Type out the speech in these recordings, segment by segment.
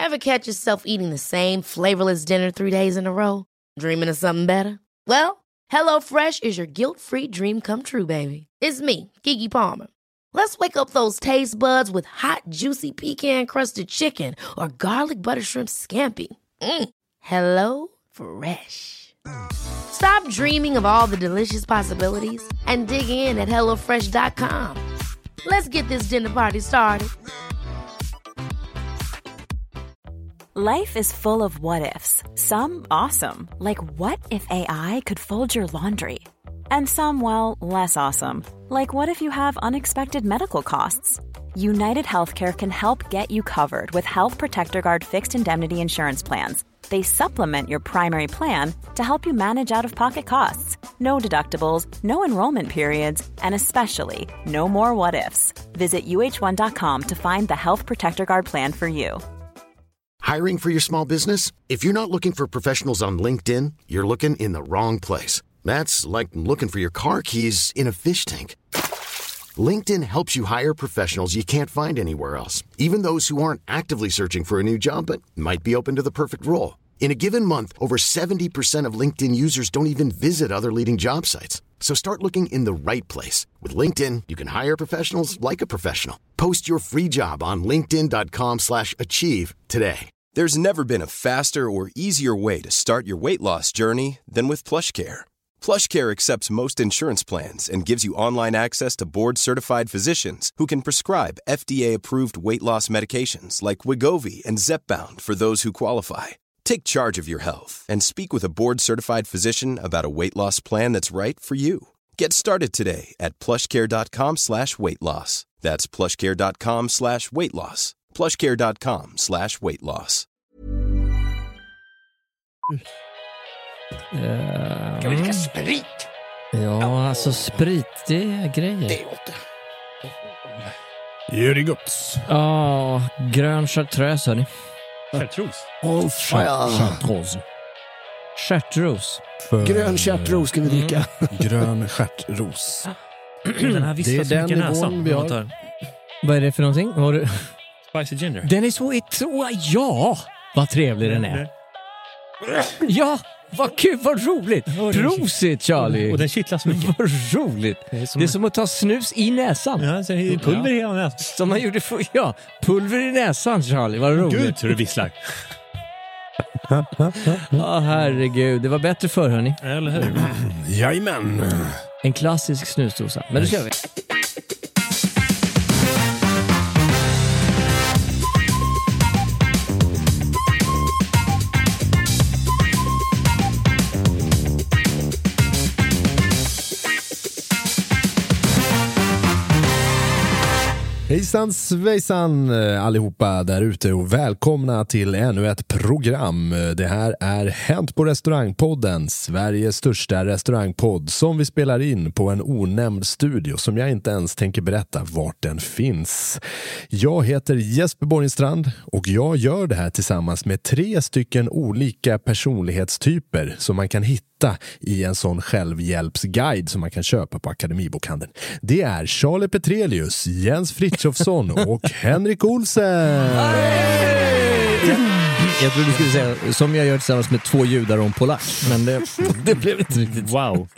Ever catch yourself eating the same flavorless dinner 3 days in a row? Dreaming of something better? Well, HelloFresh is your guilt-free dream come true, baby. It's me, Keke Palmer. Let's wake up those taste buds with hot, juicy pecan-crusted chicken or garlic butter shrimp scampi. Hello Fresh. Stop dreaming of all the delicious possibilities and dig in at HelloFresh.com. Let's get this dinner party started. Life is full of what-ifs. Some awesome, like what if AI could fold your laundry? And some, well, less awesome, like what if you have unexpected medical costs? United Healthcare can help get you covered with Health Protector Guard fixed indemnity insurance plans. They supplement your primary plan to help you manage out-of-pocket costs. No deductibles, no enrollment periods, and especially no more what-ifs. Visit uh1.com to find the Health Protector Guard plan for you. Hiring for your small business? If you're not looking for professionals on LinkedIn, you're looking in the wrong place. That's like looking for your car keys in a fish tank. LinkedIn helps you hire professionals you can't find anywhere else, even those who aren't actively searching for a new job but might be open to the perfect role. In a given month, over 70% of LinkedIn users don't even visit other leading job sites. So start looking in the right place. With LinkedIn, you can hire professionals like a professional. Post your free job on linkedin.com/achieve today. There's never been a faster or easier way to start your weight loss journey than with PlushCare. PlushCare accepts most insurance plans and gives you online access to board-certified physicians who can prescribe FDA-approved weight loss medications like Wegovy and Zepbound for those who qualify. Take charge of your health and speak with a board-certified physician about a weight loss plan that's right for you. Get started today at plushcare.com/weightloss. That's plushcare.com/weightloss. plushcare.com/weightloss. Kan vi dricka sprit? Ja, alltså sprit, det är grejer. Det är gott. Gör det gott. Ja, grön chartreuse, hörni. Chartreuse. Åh, fan. Chartreuse. Chartreuse. Grön chartreuse ska vi dricka. Grön stjärtros. Den här Det är den nivån vi har. Vad är det för någonting? Har du... Spicy ginger. Den är så... Ja! Vad trevlig den är. Ja! Vad kul, vad roligt. Prosit, Charlie. Och den kittlar så mycket. Vad roligt. Det är som att ta snus i näsan. Ja, så är pulver i hela näsan. Som man gjorde för... Ja, pulver i näsan, Charlie. Vad roligt. Gud, så du visslar. Ja, herregud. Det var bättre förr, hörni. Eller hur? Jajamän. En klassisk snusdosa. Men det kör vi. Hejsan svejsan allihopa där ute och välkomna till ännu ett program. Det här är Hänt på restaurangpodden, Sveriges största restaurangpodd som vi spelar in på en onämnd studio som jag inte ens tänker berätta vart den finns. Jag heter Jesper Borgenstrand och jag gör det här tillsammans med 3 stycken olika personlighetstyper som man kan hitta i en sån självhjälpsguide som man kan köpa på Akademibokhandeln. Det är Charlie Petrelius, Jens Frithiofsson och Henrik Olsen. Jag trodde du skulle säga som jag gör tillsammans med 2 judar och en polack. Men det blev inte riktigt. Wow.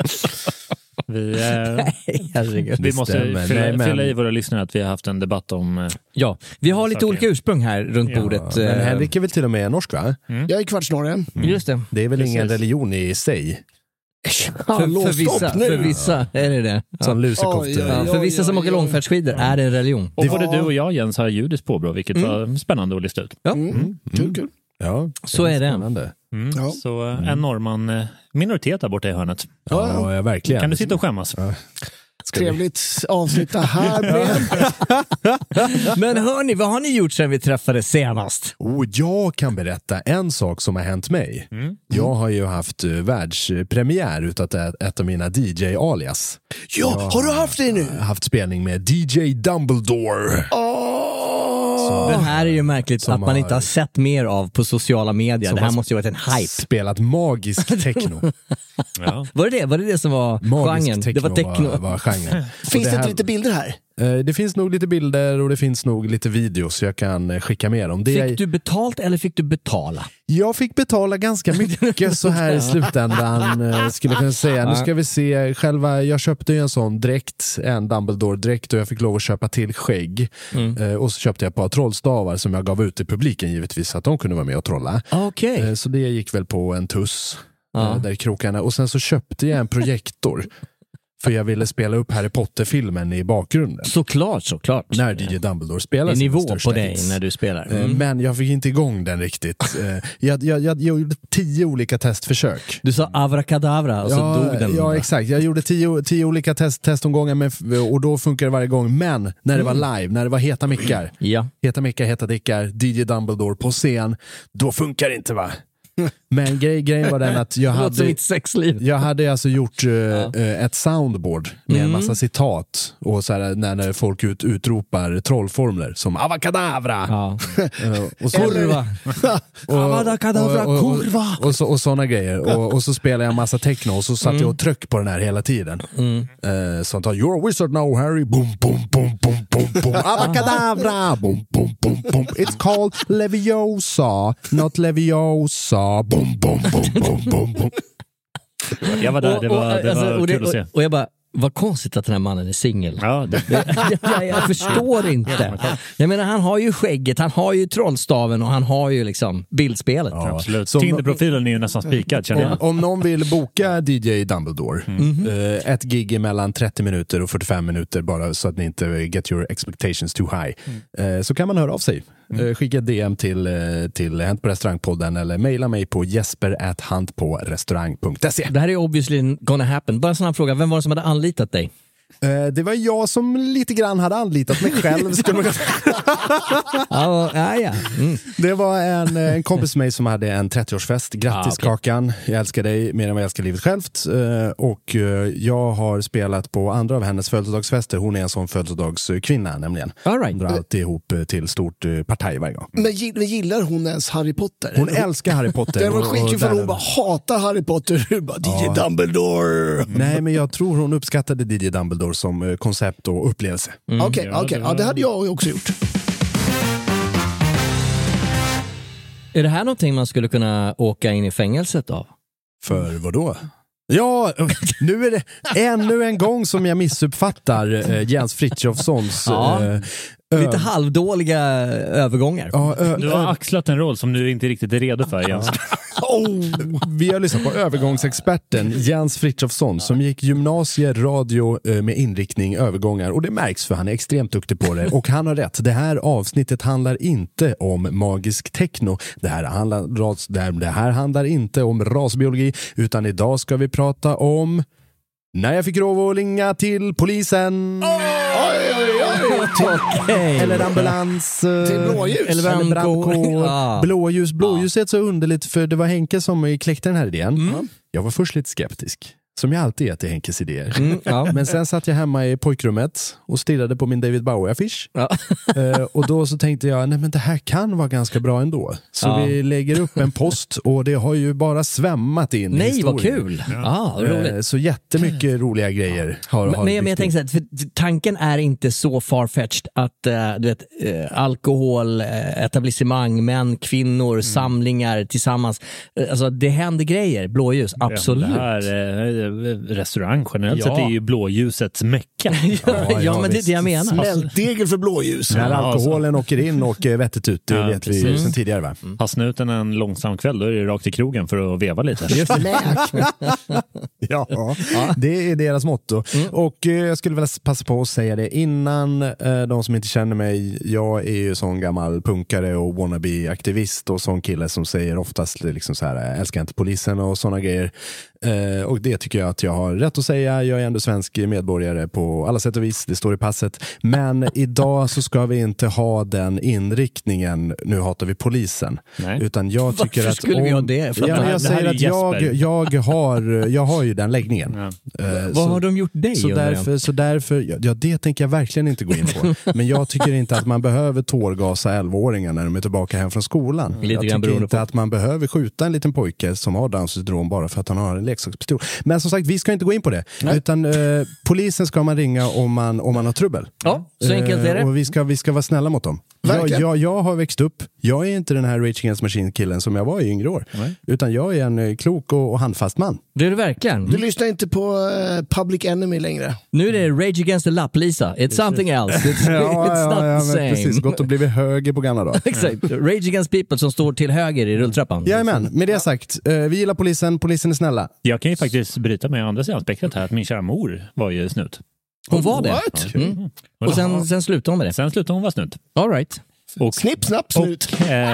Vi måste fylla i våra lyssnare att vi har haft en debatt om... Ja, vi har lite olika ursprung här runt bordet. Men Henrik är väl till och med norsk, va? Jag är kvartsnorre. Just det. Det är väl ingen religion i sig? För vissa är det. Som lusekoftor. För vissa som åker långfärdsskidor är det en religion. Och både du och jag, Jens, har judiskt påbrå, vilket var spännande att lista ut. Ja. Kul. Ja, så är det. Ja. Så en norrman minoritet där borta i hörnet. Ja, verkligen. Kan du sitta och skämmas? Ja. Trevligt avsluta här med. Men hörni, vad har ni gjort sedan vi träffades senast? Jag kan berätta en sak som har hänt mig. Jag har ju haft världspremiär utav ett av mina DJ-alias. Ja, har du haft det nu? Jag har haft spelning med DJ Dumbledore. Det här är ju märkligt att man inte har sett mer av på sociala medier. Det här måste ju varit en hype. Spelat magisk techno. Var det det som var genren? Det var techno. Var genren. Finns det inte lite bilder här? Det finns nog lite bilder och det finns nog lite videos jag kan skicka med om. Fick du betalt eller fick du betala? Jag fick betala ganska mycket så här i slutändan, skulle jag kunna säga. Nu ska vi se, jag köpte ju en sån dräkt, en Dumbledore-dräkt, och jag fick lov att köpa till skägg. Och så köpte jag ett par trollstavar som jag gav ut till publiken givetvis, så att de kunde vara med och trolla. Okay. Så det gick väl på en tuss där i krokarna. Och sen så köpte jag en projektor. För jag ville spela upp Harry Potter-filmen i bakgrunden. Såklart. När DJ Dumbledore spelar. Det är nivå på dig när du spelar. Men jag fick inte igång den riktigt. Jag gjorde 10 olika testförsök. Du sa abracadabra och så dog den. Ja, exakt. Jag gjorde 10 olika testomgångar och då funkar det varje gång. Men när det var live, när det var heta mickar. Heta mickar, heta dickar, DJ Dumbledore på scen, då funkar det inte, va? Men grejen var den att jag hade alltså gjort ett soundboard med en massa citat och så här, när folk utropar trollformler som avakadavra och så kurva och såna grejer och så spelade jag en massa techno och så satt jag och tryck på den här hela tiden. Sånt här, you're a wizard now, Harry, boom boom boom boom boom boom avakadavra, boom boom boom boom, it's called Leviosa, not Leviosa, boom boom boom boom boom boom. Jag var där, det var kul att se. Och jag bara, vad konstigt att den här mannen är singel. Ja, jag förstår inte. Jag menar, han har ju skägget, han har ju trollstaven och han har ju liksom bildspelet. Ja, absolut. Tinder-profilen är ju nästan spikad, känner jag. Om någon vill boka DJ Dumbledore, ett gig mellan 30 minuter och 45 minuter, bara så att ni inte get your expectations too high, så kan man höra av sig. Skicka DM till Hänt på restaurangpodden eller mejla mig på jesper@hantporestaurang.se. Det här är obviously gonna happen. Bara en sån här fråga, vem var det som hade anlitat dig? Det var jag som lite grann hade anlitat mig själv. Det var en kompis med mig som hade en 30-årsfest. Grattis Kakan, jag älskar dig mer än vad jag älskar livet självt. Och jag har spelat på andra av hennes födelsedagsfester. Hon är en sån födelsedagskvinna nämligen. Hon drar alltid ihop till stort partaj varje gång. Men gillar hon ens Harry Potter? Hon älskar Harry Potter. Det var skitkul för hon bara hatar Harry Potter. Du bara, DJ Dumbledore. Nej, men jag tror hon uppskattade DJ Dumbledore som koncept och upplevelse. Okej. Ja, det hade jag också gjort. Är det här någonting man skulle kunna åka in i fängelset av? För vad då? Ja, nu är det ännu en gång som jag missuppfattar Jens Frithiofssons lite halvdåliga övergångar. Du har axlat en roll som du inte riktigt är redo för, Jens. Vi har lyssnat på övergångsexperten Jens Frithiofsson som gick gymnasieradio med inriktning övergångar, och det märks för han är extremt duktig på det, och han har rätt. Det här avsnittet handlar inte om magisk techno. Det här handlar inte om rasbiologi, utan idag ska vi prata om när jag fick lov att ringa till polisen. Eller ambulans till blåljus eller brandkår. Blåljus är så underligt, för det var Henke som kläckte den här idén. Jag var först lite skeptisk, som jag alltid är till Henkes idéer. Men sen satt jag hemma i pojkrummet och stirrade på min David Bowie-affisch. Och då så tänkte jag, nej men det här kan vara ganska bra ändå. Så vi lägger upp en post och det har ju bara svämmat in. Nej, vad kul! Roligt. Så jättemycket roliga grejer har men jag tänker så här, för tanken är inte så farfetched att du vet, alkohol, etablissemang, män, kvinnor, samlingar tillsammans. Alltså det händer grejer, blåljus, absolut. Det här restaurang generellt sett är ju blåljusets mecka. Ja, men det är det jag menar. Smältdegel för blåljus. När alkoholen åker in och vettet ut, det vet vi sedan tidigare, va? Passar ut en långsam kväll, då är det rakt i krogen för att veva lite. Det är deras motto. Och jag skulle väl passa på att säga det innan de som inte känner mig. Jag är ju sån gammal punkare och wannabe-aktivist och sån kille som säger oftast liksom så här, älskar inte polisen och såna grejer. Och det tycker jag att jag har rätt att säga. Jag är ändå svensk medborgare på alla sätt och vis, det står i passet. Men idag så ska vi inte ha den inriktningen, nu hatar vi polisen. Nej. Jag tycker varför att skulle vi ha det? Jag säger att jag har ju den läggningen. Vad har de gjort dig? Så därför, det tänker jag verkligen inte gå in på. Men jag tycker inte att man behöver tårgasa 11-åringar när de är tillbaka hem från skolan. Jag tycker inte att man behöver skjuta en liten pojke som har Downs syndrom bara för att han har en leksakspistol. Men Men som sagt, vi ska inte gå in på det. Nej. Utan polisen ska man ringa om man har trubbel. Ja, så enkelt är det. Och vi ska vara snälla mot dem. Jag har växt upp. Jag är inte den här Rage Against Machine-killen som jag var i yngre år. Nej. Utan jag är en klok och handfast man. Det är du verkligen. Du lyssnar inte på Public Enemy längre. Nu är det Rage Against the Lapp-Lisa. It's something else. It's not the same. Precis, gott att bli höger på gamla dagar. Exakt. Rage Against People som står till höger i rulltrappan. Jajamän, med det sagt. Vi gillar polisen är snälla. Jag kan ju faktiskt bryta med andra sidan spektrat här att min kära mor var ju snut. Hon var det? Och sen slutade hon med det? Sen slutade hon vara snut. All right. Och, snipp, snapp, snut.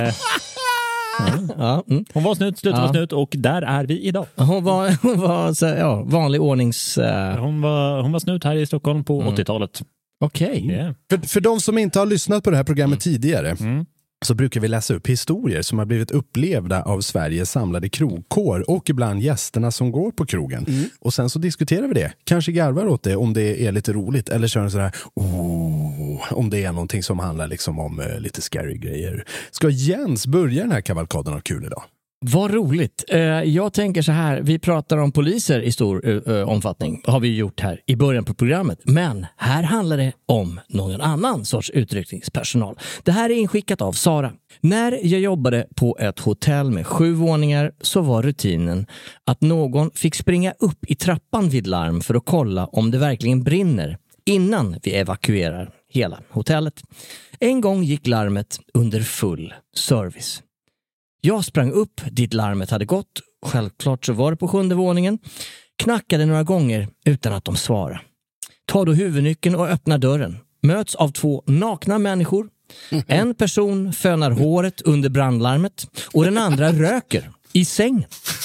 Hon var snut, slutade vara snut och där är vi idag. Hon var så, vanlig ordnings... Hon var snut här i Stockholm på 80-talet. Okej. Yeah. För de som inte har lyssnat på det här programmet tidigare så brukar vi läsa upp historier som har blivit upplevda av Sveriges samlade krogkår och ibland gästerna som går på krogen. Och sen så diskuterar vi det. Kanske garvar åt det om det är lite roligt eller kör en sådär om det är någonting som handlar liksom om lite scary grejer. Ska Jens börja den här kavalkaden av kul idag? Vad roligt. Jag tänker så här, vi pratar om poliser i stor omfattning, har vi gjort här i början på programmet. Men här handlar det om någon annan sorts utryckningspersonal. Det här är inskickat av Sara. När jag jobbade på ett hotell med 7 våningar så var rutinen att någon fick springa upp i trappan vid larm för att kolla om det verkligen brinner innan vi evakuerar hela hotellet. En gång gick larmet under full service. Jag sprang upp dit larmet hade gått. Självklart så var det på 7:e våningen. Knackade några gånger utan att de svarade. Tar då huvudnyckeln och öppnar dörren. Möts av 2 nakna människor. En person fönar håret under brandlarmet och den andra röker i sängen.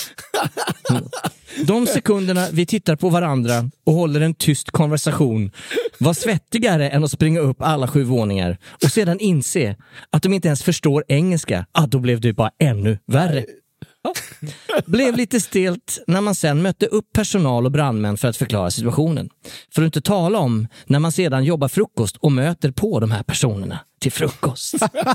De sekunderna vi tittar på varandra och håller en tyst konversation var svettigare än att springa upp alla 7 våningar och sedan inse att de inte ens förstår engelska. Då blev det bara ännu värre. Blev lite stelt när man sen mötte upp personal och brandmän för att förklara situationen. För att inte tala om när man sedan jobbar frukost och möter på de här personerna till frukost.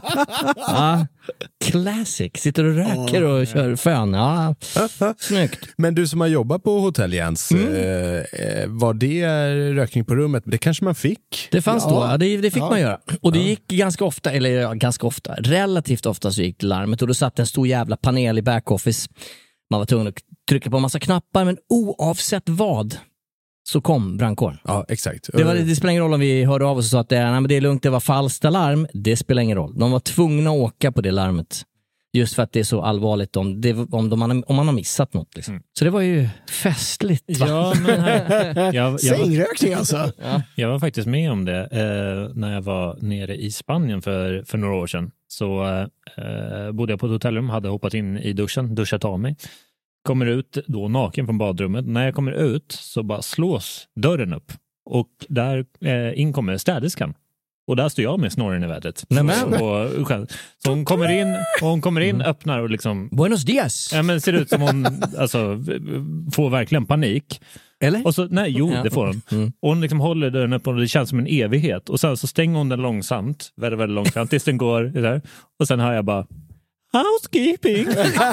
Classic. Sitter och röker och kör fön. Snyggt. Men du som har jobbat på hotell, Jens, var det rökning på rummet? Det kanske man fick? Det fanns då, det fick man göra. Och det gick relativt ofta så gick larmet och då satt en stor jävla panel i backoffice. Man var tvungen att trycka på en massa knappar, men oavsett vad så kom brandkåren. Ja, exakt. Det spelar ingen roll om vi hörde av oss och sa att det är lugnt, det var falskt alarm. Det spelar ingen roll. De var tvungna att åka på det larmet. Just för att det är så allvarligt om man har missat något. Liksom. Så det var ju festligt. Va? Ja, men sängrökning alltså. Ja. Jag var faktiskt med om det när jag var nere i Spanien för några år sedan. Så bodde jag på ett hotellrum, hade hoppat in i duschat av mig. Kommer ut då naken från badrummet. När jag kommer ut så bara slås dörren upp. Och där inkommer städerskan. Och där står jag med snorren i vädret. Så hon kommer in, öppnar och liksom... Buenos dias! Ja, men ser ut som hon får verkligen panik. Eller? Och så, det får hon. Och hon liksom håller dörren upp och det känns som en evighet. Och sen så stänger hon den långsamt. Väldigt, väldigt långsamt. Tills den går där. Och sen hör jag bara... Housekeeping!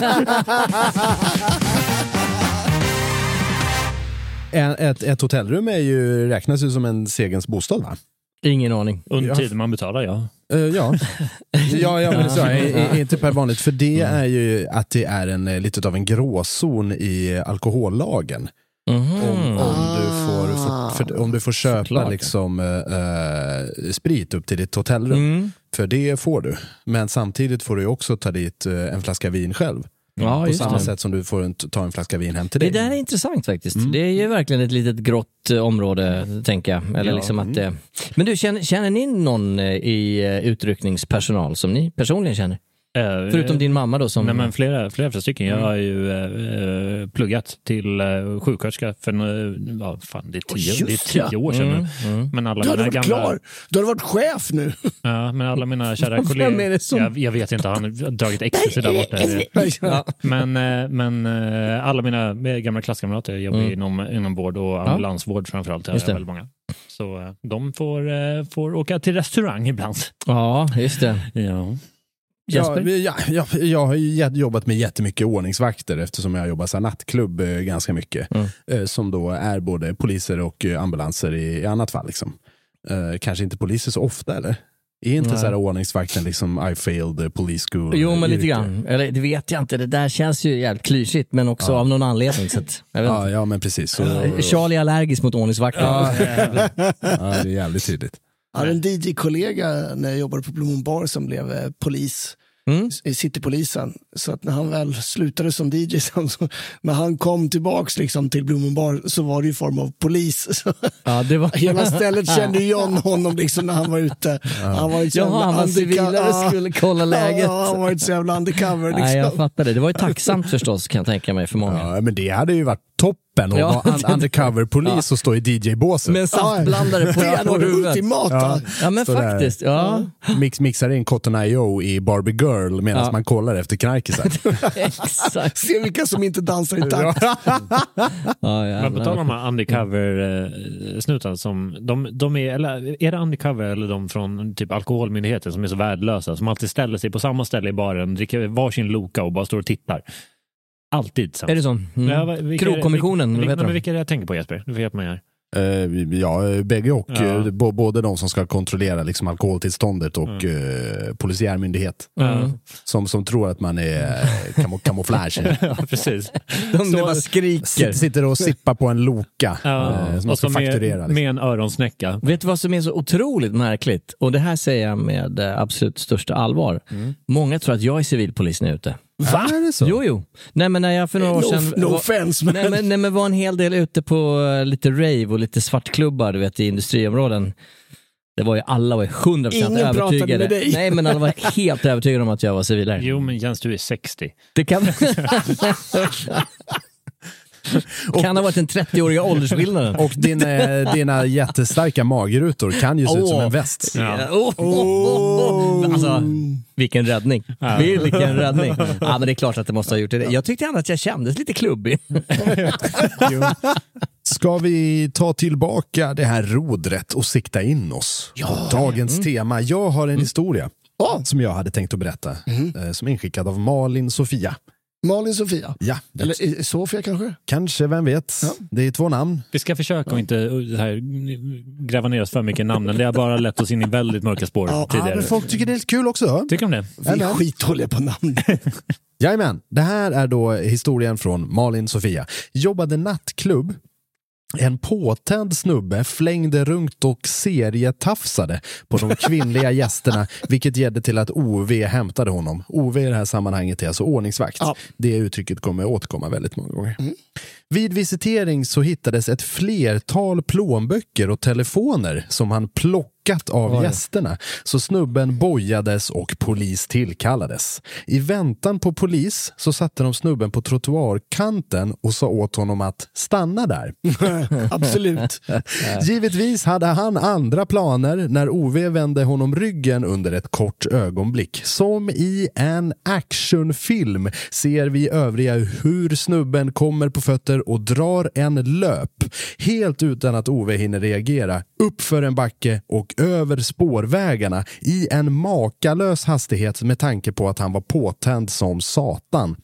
Ett hotellrum räknas ju som en segens bostad, va? Ingen aning. Under tiden man betalar, ja. Men så är inte per vanligt. För det är ju att det är lite av en gråzon i alkohollagen. Om du får köpa liksom sprit upp till ditt hotellrum. För det får du. Men samtidigt får du också ta dit en flaska vin själv. Ja, på samma sätt som du får ta en flaska vin hem till dig. Det där är intressant faktiskt. Det är ju verkligen ett litet grått område, tänker jag. Eller liksom att, men du, känner ni någon i utryckningspersonal som ni personligen känner? Förutom din mamma då som... Nej, men flera stycken. Jag har ju pluggat till sjuksköterska för det är 10 år sedan nu. Men alla mina gamla... Du har varit chef nu. Ja, men alla mina kära kollegor... Jag vet inte, han har dragit ecstasy där borta. Men alla mina gamla klasskamrater jobbar inom vård och ambulansvård framförallt. Jag väldigt många. Så de får åka till restaurang ibland. Ja, just det. Ja. Jesper? Jag har ju jobbat med jättemycket ordningsvakter eftersom jag jobbar så här nattklubb ganska mycket. Som då är både poliser och ambulanser i annat fall. Liksom. Kanske inte poliser så ofta, eller? Är inte så här ordningsvakten liksom I failed police school? Jo, men lite grann. Eller det vet jag inte. Det där känns ju jävligt klyschigt, men också av någon anledning. Så att, jag vet inte. Ja, men precis. Så, Charlie är allergisk mot ordningsvakter. Ja, det är jävligt tydligt. Jag hade en DJ-kollega när jag jobbade på Blue Moon Bar som blev polis. Citypolisen. Så att när han väl slutade som DJ, så när han kom tillbaks liksom till Blue Moon Bar, så var det i form av polis. Ja, det var... Hela stället kände John honom liksom när han var ute. Han var inte han var civilare, skulle kolla läget. Han var inte så jävla undercover liksom. Nej, jag fattar det. Det var ju tacksamt förstås, kan jag tänka mig, för många. Ja, men det hade ju varit toppen att vara undercover-polis och stå i DJ-båset. Med en saftblandare på huvudet. Ultimata. Ja, men så faktiskt. Ja. Mixar in Cotton I.O. i Barbie Girl medan man kollar efter knarkisar. Exakt. Se vilka som inte dansar i takt. Men på tal om undercover-snutar som de är, eller är det undercover eller de från typ alkoholmyndigheten som är så värdelösa, som alltid ställer sig på samma ställe i baren, dricker varsin Loka och bara står och tittar. Alltid. Är det så? Krogkommissionen, vilka är det jag tänker på, Jesper? Du får hjälpa mig här. Bägge och både de som ska kontrollera liksom alkoholtillståndet och polisiär myndighet som tror att man är kamouflage. Ja, precis. De bara skriker. Sitter och sippar på en Loka som man ska fakturera. Med en öronsnäcka. Vet du vad som är så otroligt märkligt? Och det här säger jag med absolut största allvar. Många tror att jag är civilpolis när jag är ute. Va? Är det så? Jo. Nej, men när jag för några år sedan... No offense, men... Nej, men var en hel del ute på lite rave och lite svartklubbar, du vet, i industriområden. Det var ju, alla var 100% övertygade. Med dig. Nej, men alla var helt övertygade om att jag var civilare. Jo, men Jens, du är 60. Det kan... kan ha varit en 30-åriga åldersskillnaden. Och dina jättestarka magrutor kan ju se ut som en väst. Alltså, vilken räddning. Vilken räddning. Ja, men det är klart att det måste ha gjort det. Jag tyckte ändå att jag kändes lite klubbig. Ska vi ta tillbaka det här rodret och sikta in oss på dagens tema? Jag har en historia som jag hade tänkt att berätta, som är inskickad av Malin Sofia. Malin Sofia? Ja. Eller Sofia kanske? Kanske, vem vet. Ja. Det är 2 namn. Vi ska försöka att inte här gräva ner oss för mycket namnen. Det har bara lett oss in i väldigt mörka spår tidigare. Ja, men folk tycker det är lite kul också. Tycker de det? Vi är skithålliga på namn. Jajamän, det här är då historien från Malin Sofia. Jobbade nattklubb. En påtänd snubbe flängde runt och serietafsade på de kvinnliga gästerna, vilket ledde till att OV hämtade honom. OV i det här sammanhanget är alltså ordningsvakt. Ja. Det uttrycket kommer återkomma väldigt många gånger. Vid visitering så hittades ett flertal plånböcker och telefoner som han plockat av gästerna. Så snubben bojades och polis tillkallades. I väntan på polis så satte de snubben på trottoarkanten och sa åt honom att stanna där. Absolut. Givetvis hade han andra planer när OV vände honom ryggen under ett kort ögonblick. Som i en actionfilm ser vi övriga hur snubben kommer på fötter och drar en löp. Helt utan att OV hinner reagera. Upp för en backe och över spårvägarna i en makalös hastighet med tanke på att han var påtänd som satan.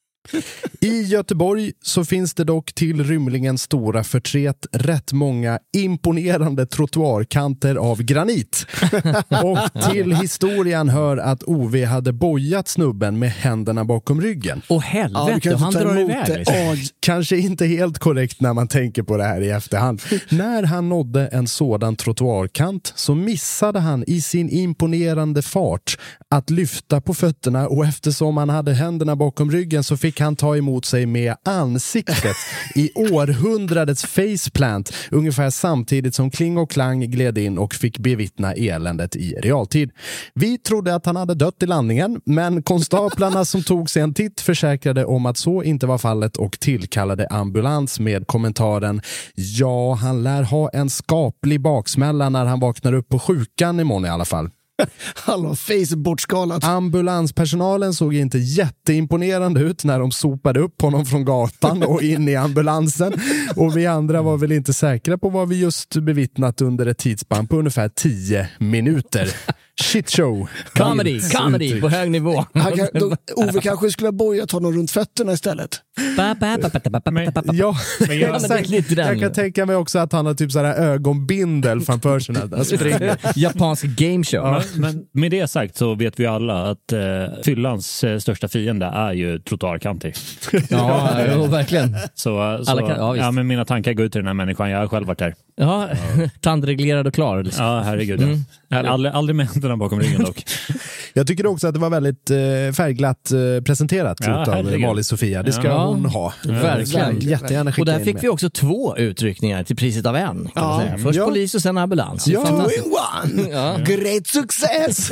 I Göteborg så finns det dock till rymlingens stora förtret rätt många imponerande trottoarkanter av granit. Och till historien hör att OV hade bojat snubben med händerna bakom ryggen. Och helvete, han drar iväg. Kanske inte helt korrekt när man tänker på det här i efterhand. När han nådde en sådan trottoarkant så missade han i sin imponerande fart att lyfta på fötterna, och eftersom han hade händerna bakom ryggen så fick han ta emot sig med ansiktet i århundradets faceplant, ungefär samtidigt som Kling och Klang gled in och fick bevittna eländet i realtid. Vi trodde att han hade dött i landningen, men konstaplarna som tog sig en titt försäkrade om att så inte var fallet och tillkallade ambulans med kommentaren: ja, han lär ha en skaplig baksmälla när han vaknar upp på sjukan imorgon i alla fall. Hallå, face bortskalat. Ambulanspersonalen såg inte jätteimponerande ut när de sopade upp honom från gatan och in i ambulansen. Och vi andra var väl inte säkra på vad vi just bevittnat under ett tidsspann på ungefär 10 minuter. Shit show. Comedy på hög nivå. Ove kanske skulle ha bojat honom runt fötterna istället. Ja, jag kan tänka mig också att han har typ så här ögonbindel framför sig. Japansk gameshow. Ja, men med det sagt så vet vi alla att fyllans största fiende är ju trottoarkanter. Ja, verkligen. Ja, men mina tankar går ut till den här människan. Jag har själv varit där. Ja, tandreglerad och klar. Liksom. Ja, herregud. Aldrig med händerna bakom ryggen dock. Jag tycker också att det var väldigt färgglatt presenterat av Mali-Sofia. Det ska hon ha. Verkligen. Jättegärna skicka. Och där fick vi också 2 utryckningar till priset av en. Kan man säga. Först polis och sen ambulans. Ja. 2 in 1. Ja. Great success!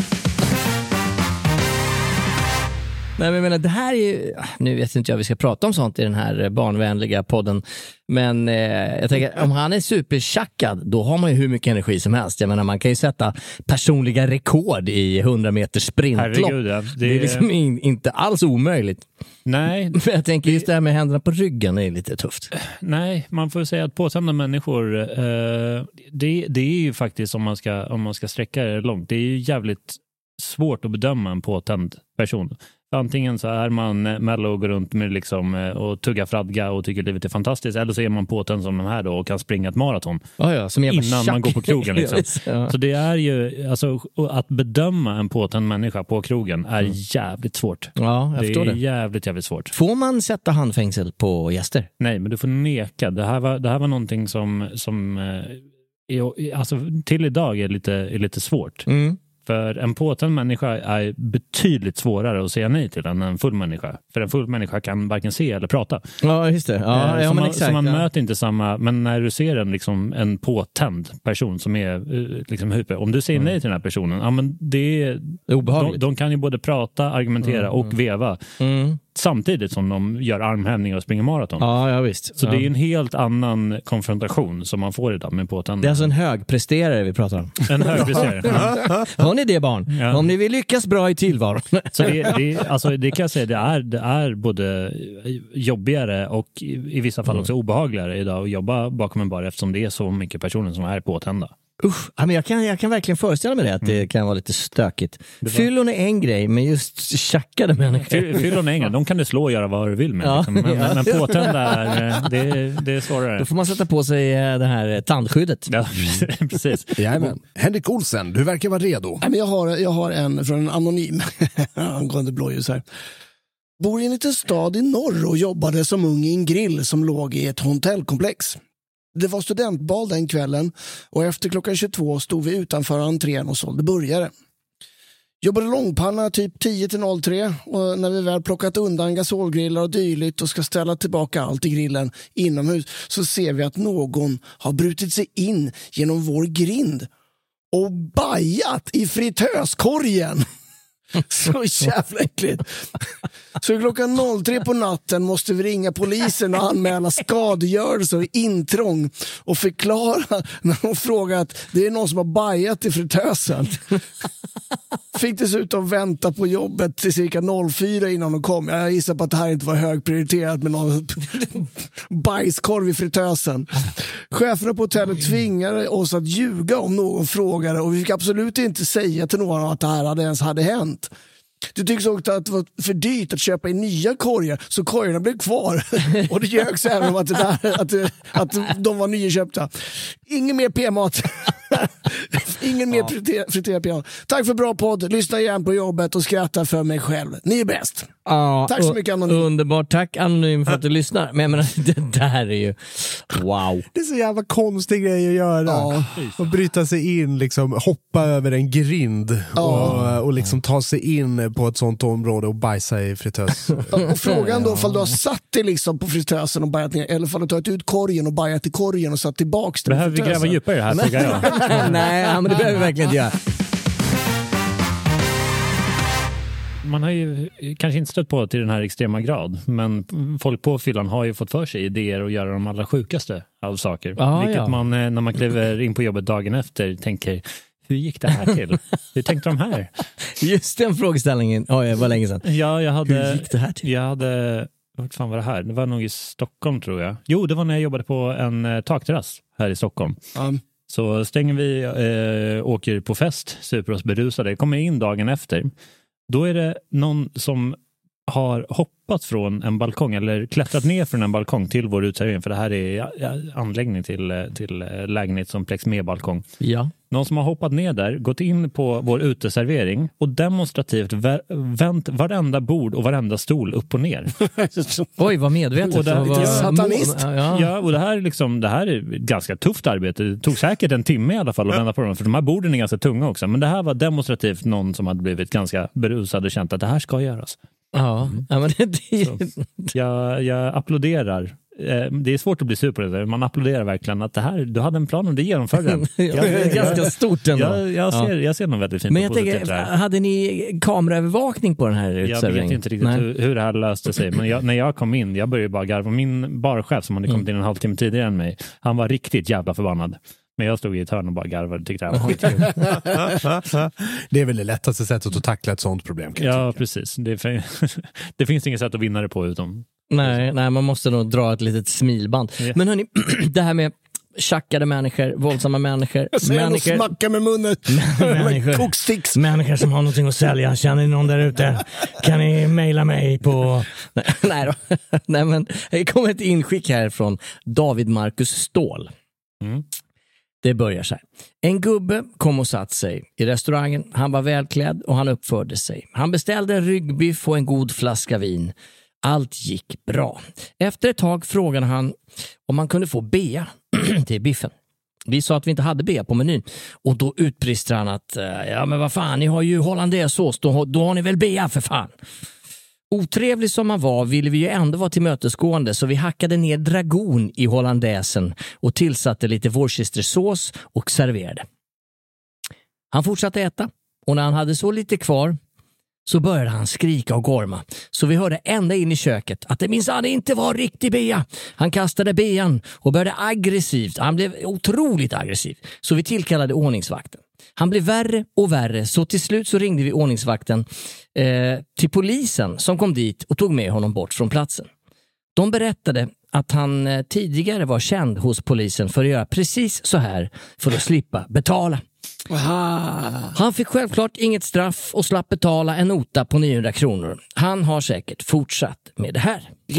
Nej, men jag menar, det här är ju, nu vet inte jag vi ska prata om sånt i den här barnvänliga podden, men jag tänker, om han är supertjackad, då har man ju hur mycket energi som helst. Jag menar, man kan ju sätta personliga rekord i 100 meters sprintlopp. Herregud, det är liksom inte alls omöjligt. Nej. Men jag tänker just det här med händerna på ryggen är lite tufft. Nej, man får säga att påtända människor, det är ju faktiskt, om man ska sträcka det långt, det är ju jävligt svårt att bedöma en påtänd person. Antingen så är man mello och går runt med liksom, och tugga fradga och tycker livet är fantastiskt, eller så är man påtänd som de här då och kan springa ett maraton innan man går på krogen. Liksom. Så det är ju, alltså, att bedöma en påtänd människa på krogen är jävligt svårt. Ja, jag förstår det. Jävligt svårt. Får man sätta handfängsel på gäster? Nej, men du får neka. Det här var någonting som alltså, till idag är lite svårt. För en påtänd människa är betydligt svårare att säga nej till än en full människa. För en full människa kan varken se eller prata. Ja, just det. Så man möter inte samma... Men när du ser en påtänd person som är liksom hyper, om du säger nej till den här personen, ja, men det är obehagligt. De kan ju både prata, argumentera och veva. Samtidigt som de gör armhävningar och springer maraton. Ja, visst. Så det är en helt annan konfrontation som man får idag med påtänd. Det är alltså en högpresterare vi pratar om. En högpresterare. Har ni det, barn? Ja. Om ni vill lyckas bra i tillvaron. Så det kan jag säga, det är både jobbigare och i vissa fall också obehagligare idag att jobba bakom en bar, eftersom det är så mycket personer som är påtända. Men jag kan verkligen föreställa mig det, att det kan vara lite stökigt. Fyllon är en grej, men just tjackade människor. Fyllon är en grej, de kan du slå och göra vad du vill med. Ja. Liksom. Men påtända det är svårare. Då får man sätta på sig det här tandskyddet. Ja, precis. Jajamän. Henrik Olsen, du verkar vara redo. Men jag har en från en anonym angående blåljus här. Bor i en liten stad i norr och jobbade som ung i en grill som låg i ett hotellkomplex. Det var studentbal den kvällen och efter klockan 22 stod vi utanför entrén och sålde burgare. Jobbade långpanna typ 10-03 och när vi väl plockat undan gasolgrillar och dylikt och ska ställa tillbaka allt i grillen inomhus så ser vi att någon har brutit sig in genom vår grind och bajat i fritöskorgen. Så jävla äckligt. Så klockan 03 på natten måste vi ringa polisen och anmäla skadegörelse och intrång och förklara när de frågar att det är någon som har bajat i fritösen. Fick dessutom vänta på jobbet till cirka 04 innan de kom. Jag gissar på att det här inte var högprioriterat med någon bajskorv i fritösen. Cheferna på hotellet tvingade oss att ljuga om någon frågade och vi fick absolut inte säga till någon att det här ens hade hänt. Det tycks också att det var för dyrt att köpa i nya korgar så korgarna blev kvar. Och det ljögs även om att de var nyköpta. Ingen mer p-mat. Ingen mer friterad p-mat. Tack för bra podd. Lyssna igen på jobbet och skratta för mig själv. Ni är bäst. Tack så mycket, Anonym. Underbart. Tack, Anonym, för att du lyssnar. Men jag menar, det där är ju... Wow. Det är så jävla konstig grej att göra. Och bryta sig in, liksom, hoppa över en grind och liksom ta sig in på ett sånt område och bajsa i fritös. Och frågan då, ifall du har satt dig liksom på fritösen och bajat ner, eller ifall du har tagit ut korgen och bajat i korgen och satt tillbaks till fritösen. Behöver vi gräva djupare i det här, frågar jag. Nej, men det behöver vi verkligen inte göra. Man har ju kanske inte stött på till den här extrema grad, men folk på fyllan har ju fått för sig idéer att göra de allra sjukaste av saker. Vilket man, när man kliver in på jobbet dagen efter, tänker, hur gick det här till? Hur tänkte de här? Just den frågeställningen, det var länge sedan. Ja, hur gick det här till? Vart fan var det här? Det var nog i Stockholm, tror jag. Jo, det var när jag jobbade på en takterrass här i Stockholm. Så stänger vi, åker på fest, super oss berusade, kommer in dagen efter. Då är det någon som har hoppat från en balkong eller klättrat ner från en balkong till vår utservering, för det här är anläggning till lägenhetskomplex med balkong. Ja. Någon som har hoppat ner där, gått in på vår uteservering och demonstrativt vänt varenda bord och varenda stol upp och ner. Oj, vad medvetet. Och där, satanist. Ja, och det här är ett ganska tufft arbete. Det tog säkert en timme i alla fall att vända på dem, för de här borden är ganska tunga också. Men det här var demonstrativt någon som hade blivit ganska berusad och känt att det här ska göras. Ja, men Jag applåderar. Det är svårt att bli super, man applåderar verkligen att det här, du hade en plan och det genomförde den. Ganska stort ändå. Jag ser något väldigt fint. Men jag tänker, hade ni kameraövervakning på den här utserveringen? Jag vet inte riktigt hur det här löste sig, men när jag kom in, jag började bara garva. Min barchef som hade kommit in en halvtimme tidigare än mig, han var riktigt jävla förbannad. Men jag stod i ett hörn och bara garvade och tyckte det här var skitkul. Det är väl det lättaste sättet att tackla ett sånt problem. Ja, precis. Det finns inget sätt att vinna det på utom... Nej, man måste nog dra ett litet smilband. Yeah. Men hörni, det här med tjackade människor, våldsamma människor. Jag säger människor, smacka med munnen. Människor som har någonting att sälja. Känner ni någon där ute? Kan ni mejla mig på... Nej då. Nej, men det kommer ett inskick här från David Marcus Ståhl. Det börjar så här. En gubbe kom och satt sig i restaurangen. Han var välklädd och han uppförde sig. Han beställde en ryggbiff och en god flaska vin. Allt gick bra. Efter ett tag frågade han om man kunde få bea till biffen. Vi sa att vi inte hade bea på menyn. Och då utbrister han att ja men vad fan, ni har ju hollandaisesås. Då har ni väl bea för fan. Otrevlig som man var ville vi ju ändå vara tillmötesgående, så vi hackade ner dragon i hollandaisen och tillsatte lite worcestersås och serverade. Han fortsatte äta och när han hade så lite kvar så började han skrika och gorma. Så vi hörde ända in i köket att det minsann inte var riktig bea. Han kastade bean och började aggressivt. Han blev otroligt aggressiv. Så vi tillkallade ordningsvakten. Han blev värre och värre, så till slut så ringde vi ordningsvakten till polisen som kom dit och tog med honom bort från platsen. De berättade att han tidigare var känd hos polisen för att göra precis så här för att slippa betala. Han fick självklart inget straff och slapp betala en nota på 900 kronor. Han har säkert fortsatt med det här.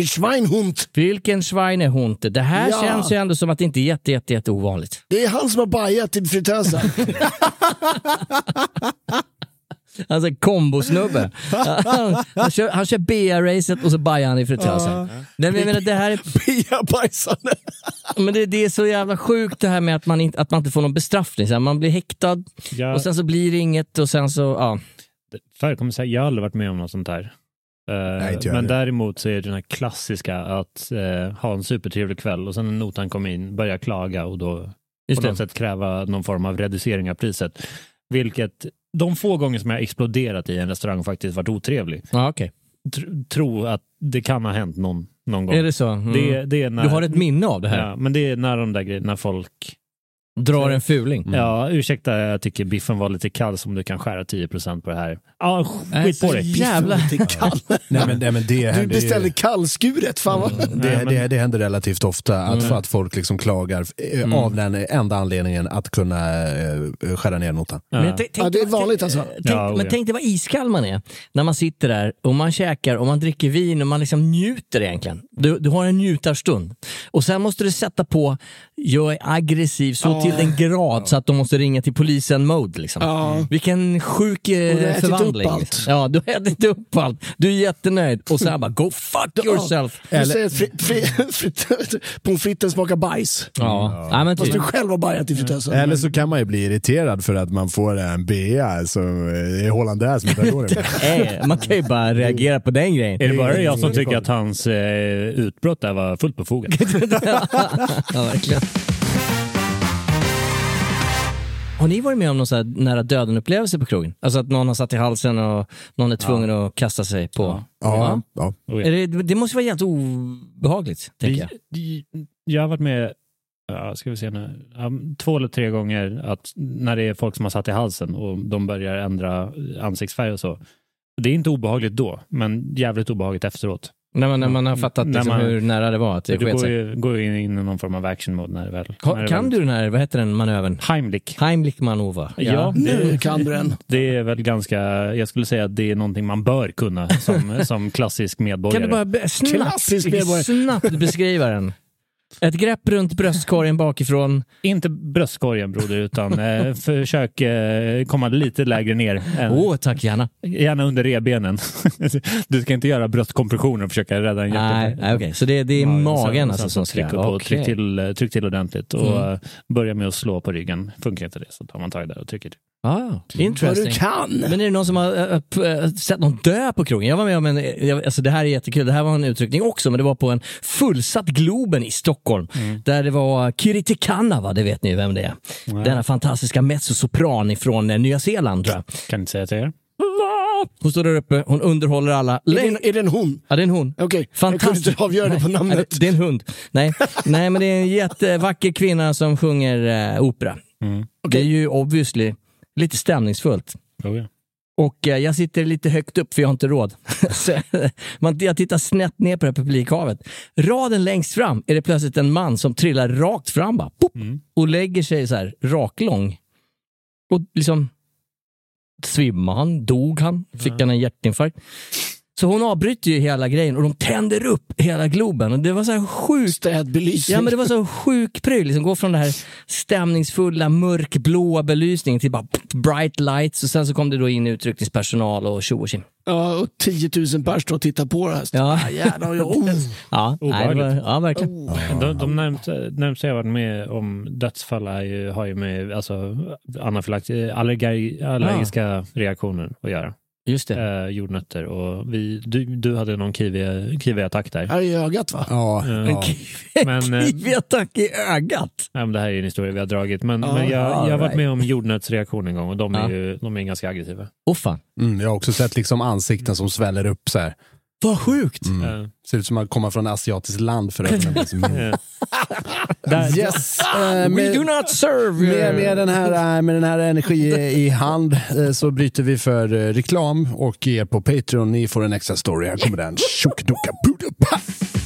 Vilken schweinehund. Det här känns ju ändå som att det inte är jätte ovanligt. Det är han som har bajat i fritösen. Alltså kombosnubbe. Han kör bea-racet och så bajar han i fritösen. Nej, men jag menar, det här är bea-bajsande. Men det är så jävla sjukt det här med att man inte får någon bestraffning. Så man blir häktad och sen så blir det inget och sen så, ja. Förekommer säga, jag har aldrig varit med om något sånt här. Men däremot så är det den här klassiska att ha en supertrevlig kväll och sen när notan kommer in, börja klaga och då på något sätt kräva någon form av reducering av priset. Vilket de få gånger som jag har exploderat i en restaurang faktiskt varit otrevlig. Ja, okej. Tro att det kan ha hänt någon gång. Är det så? Det är när, du har ett minne av det här? Ja, men det är när de där grejerna, när folk drar en fuling. Ja, ursäkta, jag tycker biffen var lite kall, som du kan skära 10% på det här. Ja, skit på det. Jävla kall. Du beställde kallskuret, fan vad. Det händer relativt ofta att folk liksom klagar av den enda anledningen att kunna skära ner notan. Det är vanligt alltså. Men tänk dig vad iskall man är när man sitter där och man käkar och man dricker vin och man liksom njuter egentligen. Du har en njutarstund. Och sen måste du sätta på, jag är aggressiv så till den grad så att de måste ringa till polisen-mode liksom. Vilken sjuk förvandling. Ja, du har ätit upp allt. Du är jättenöjd. Och sen bara, go fuck yourself. Du säger att pommes fritesen smakar bajs. Ja, men fast du själv har bajat i fritösen. Eller så kan man ju bli irriterad för att man får en bea som är hollandaise med man kan ju bara reagera på den grejen. Är det bara jag som tycker att hans utbrott där var fullt befogat? Ja, verkligen. Har ni varit med om någon så här nära döden-upplevelse på krogen? Alltså att någon har satt i halsen och någon är tvungen att kasta sig på? Ja. Det måste vara helt obehagligt, tänker jag. Jag har varit med, ska vi se nu, 2 eller 3 gånger att när det är folk som har satt i halsen och de börjar ändra ansiktsfärg och så. Det är inte obehagligt då, men jävligt obehagligt efteråt. När man har fattat liksom hur nära det var att det sket sig. Du går ju in i någon form av action mode när det väl... Kan du den här, vad heter den manövern? Heimlich manöver. Ja, nu kan du den. Det är väl ganska, jag skulle säga att det är någonting man bör kunna som klassisk medborgare. Kan du bara snabbt beskriva den? Ett grepp runt bröstkorgen bakifrån. Inte bröstkorgen, broder, utan försök komma lite lägre ner. Tack, gärna under revbenen. Du ska inte göra bröstkompressioner och försöka rädda en hjärta. Nej, okej. Så det är magen alltså som ska... Tryck till ordentligt och börja med att slå på ryggen. Funkar inte det, så tar man tag i där och trycker till. Interesting. Vad du kan. Men är det någon som har sett någon dö på krogen? Jag var med om alltså det här är jättekul. Det här var en utryckning också, men det var på en fullsatt Globen i Stockholm. Där det var Kiriti Kanava, det vet ni vem det är. Denna fantastiska mezzosopran ifrån Nya Zeeland, tror jag. Kan inte säga till er. Hon står där uppe, hon underhåller alla. Är det en hon? Ja, det är en hon. Okej, fantastiskt. Jag kunde inte avgöra det på namnet. Det är en hund. Nej, men det är en jättevacker kvinna som sjunger opera. Det är ju obviously lite stämningsfullt. Och jag sitter lite högt upp för jag har inte råd. Så jag tittar snett ner på det här publikhavet. Raden längst fram är det plötsligt en man som trillar rakt fram bara, och lägger sig så här raklång. Och liksom svimmade han, dog han, fick han en hjärtinfarkt. Så hon avbryter ju hela grejen och de tänder upp hela Globen. Och det var så här sjukt. Städbelysning. Ja, men det var så sjuk pryl. Liksom gå från det här stämningsfulla, mörkblåa belysningen till bara bright lights. Och sen så kom det då in utryckningspersonal och tjo och tjim. Ja, och 10 000 pers står och tittar på det här. Ja, verkligen. De närmsta jag varit med om dödsfall har ju med alltså, allergiska reaktioner att göra. Just det. Jordnötter och du hade någon kiwi-attack där. Är i ögat, va? Ja. Kiwi-attack i ögat. Nej, men det här är ju en historia vi har dragit. Men jag har varit med om jordnötsreaktion en gång och de är ganska aggressiva. Fan. Jag har också sett liksom ansikten som sväller upp så här. Vad sjukt. Ser ut som att komma från ett asiatiskt land för ögonen. Yes. We do not serve. Med den här energi i hand så bryter vi för reklam och er på Patreon. Ni får en extra story. Här kommer den. Tjockdoka buduppa.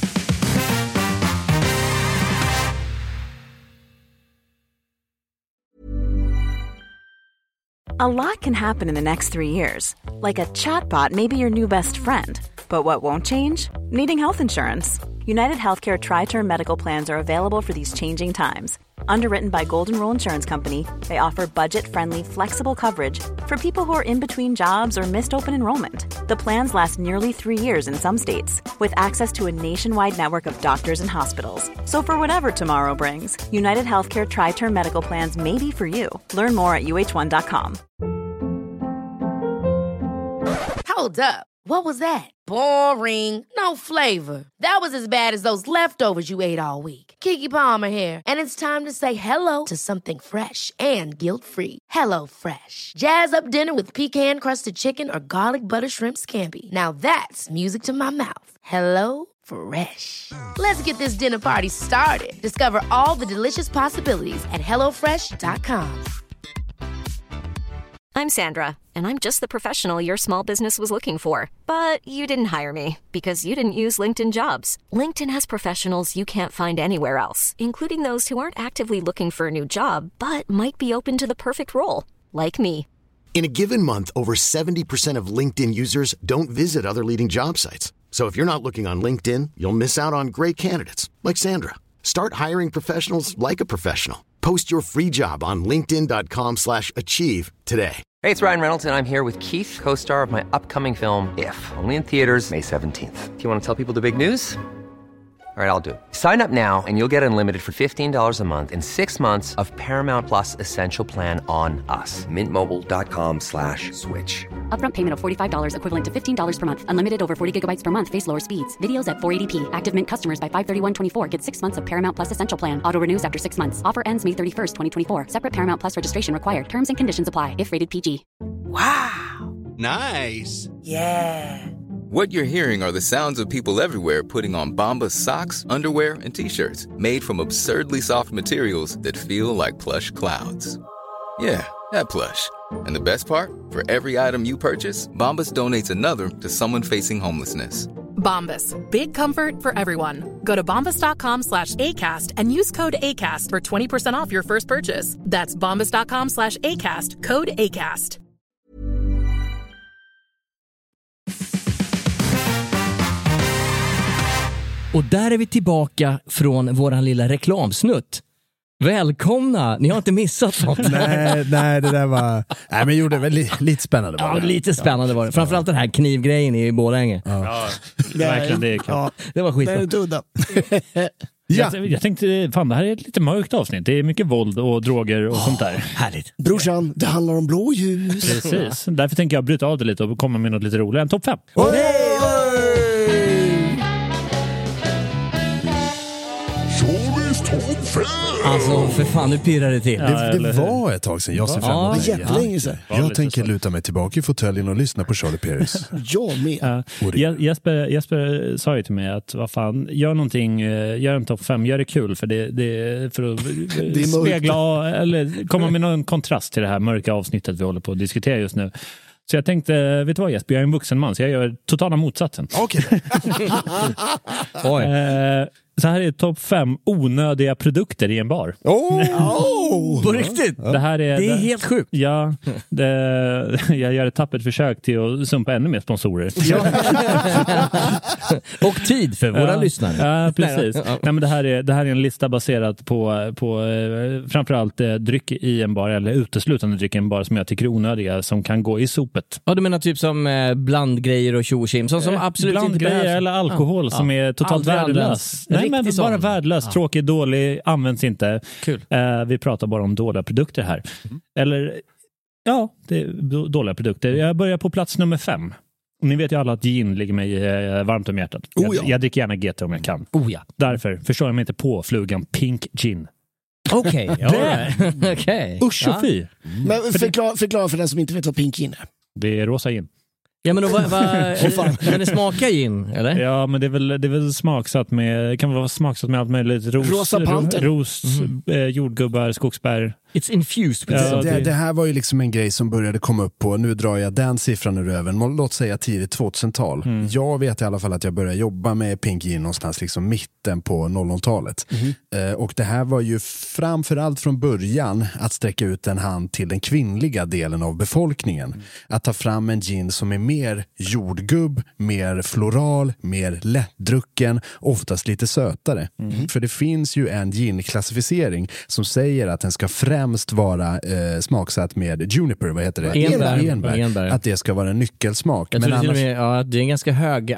A lot can happen in the next 3 years. Like a chatbot may be your new best friend. But what won't change? Needing health insurance. United Healthcare Tri-Term Medical Plans are available for these changing times. Underwritten by Golden Rule Insurance Company, they offer budget-friendly, flexible coverage for people who are in between jobs or missed open enrollment. The plans last nearly 3 years in some states, with access to a nationwide network of doctors and hospitals. So for whatever tomorrow brings, United Healthcare Tri-Term Medical Plans may be for you. Learn more at uh1.com. Hold up. What was that? Boring. No flavor. That was as bad as those leftovers you ate all week. Keke Palmer here, and it's time to say hello to something fresh and guilt-free. Hello Fresh. Jazz up dinner with pecan-crusted chicken or garlic butter shrimp scampi. Now that's music to my mouth. Hello Fresh. Let's get this dinner party started. Discover all the delicious possibilities at hellofresh.com. I'm Sandra, and I'm just the professional your small business was looking for. But you didn't hire me because you didn't use LinkedIn Jobs. LinkedIn has professionals you can't find anywhere else, including those who aren't actively looking for a new job, but might be open to the perfect role, like me. In a given month, over 70% of LinkedIn users don't visit other leading job sites. So if you're not looking on LinkedIn, you'll miss out on great candidates like Sandra. Start hiring professionals like a professional. Post your free job on linkedin.com/achieve today. Hey, it's Ryan Reynolds, and I'm here with Keith, co-star of my upcoming film, If, only in theaters May 17th. Do you want to tell people the big news? All right, I'll do it. Sign up now and you'll get unlimited for $15 a month and 6 months of Paramount Plus Essential Plan on us. MintMobile.com/switch. Upfront payment of $45 equivalent to $15 per month. Unlimited over 40 gigabytes per month. Face lower speeds. Videos at 480p. Active Mint customers by 531.24 get 6 months of Paramount Plus Essential Plan. Auto renews after 6 months. Offer ends May 31st, 2024. Separate Paramount Plus registration required. Terms and conditions apply if rated PG. Wow. Nice. Yeah. What you're hearing are the sounds of people everywhere putting on Bombas socks, underwear, and T-shirts made from absurdly soft materials that feel like plush clouds. Yeah, that plush. And the best part? For every item you purchase, Bombas donates another to someone facing homelessness. Bombas. Big comfort for everyone. Go to bombas.com/ACAST and use code ACAST for 20% off your first purchase. That's bombas.com/ACAST. Code ACAST. Och där är vi tillbaka från våran lilla reklamsnutt. Välkomna, ni har inte missat något. nej, det där var... Nej, men gjorde väl lite spännande. Ja, lite spännande var det. Framförallt den här knivgrejen i Borlänge. Ja, verkligen, det är kul. Ja, det var skit. det är udda. Ja. Jag tänkte, fan, det här är ett lite mörkt avsnitt. Det är mycket våld och droger och sånt där. Härligt. Brorsan, det handlar om blåljus. Precis, därför tänker jag bryta av det lite och komma med något lite roligare. En topp 5. Alltså, för fan, nu pirrar det till. Det var ett tag sedan jag ser fram emot det. Jättelänge sedan. Jag tänker luta mig tillbaka i fåtöljen och lyssna på Charlie Perrys. Jag med. Jesper sa ju till mig att vad fan, gör någonting, gör en topp 5, gör det kul, för det för att spegla eller komma med någon kontrast till det här mörka avsnittet vi håller på att diskutera just nu. Så jag tänkte, vet du vad Jesper, jag är en vuxen man så jag gör totala motsatsen. Okej. Så här är topp 5 onödiga produkter i en bar. På riktigt? Det är helt sjukt. Ja, jag gör ett tappert försök till att sumpa ännu mer sponsorer. Och tid för våra lyssnare. Ja, precis. Nej, men det här är en lista baserad på framförallt dryck i en bar, eller uteslutande dryck i en bar som jag tycker är onödiga, som kan gå i sopet. Ja, du menar typ som blandgrejer och tjokim, som absolut inte blandgrejer behövs. Eller alkohol som är totalt värdelös. Nej, men bara värdelös, tråkig, dålig, används inte. Kul. Vi pratar bara om dåliga produkter här. Eller, ja, det är dåliga produkter. Jag börjar på plats nummer 5. Ni vet ju alla att gin ligger mig varmt om hjärtat. Jag dricker gärna GT om jag kan. Därför förstår jag mig inte på flugan Pink Gin. Okej. Usch och fy. Men förklara för den som inte vet vad Pink Gin är. Det är rosa gin. Ja, men då men det smakar gin, eller? Ja, men det är väl smaksatt med, kan vara smaksatt med allt möjligt. Ros, jordgubbar, skogsbär. It's infused with det här var ju liksom en grej som började komma upp på, nu drar jag den siffran ur öven, låt säga tidigt 2000-tal. Jag vet i alla fall att jag började jobba med Pink Gin någonstans liksom mitten på 00-talet. Och det här var ju framförallt från början att sträcka ut en hand till den kvinnliga delen av befolkningen. Att ta fram en gin som är mer jordgubb, mer floral, mer lättdrucken, oftast lite sötare. För det finns ju en gin-klassificering som säger att den ska främst vara smaksatt med juniper, vad heter det? Enbär. Att det ska vara en nyckelsmak. Jag tror till och med, det är en ganska hög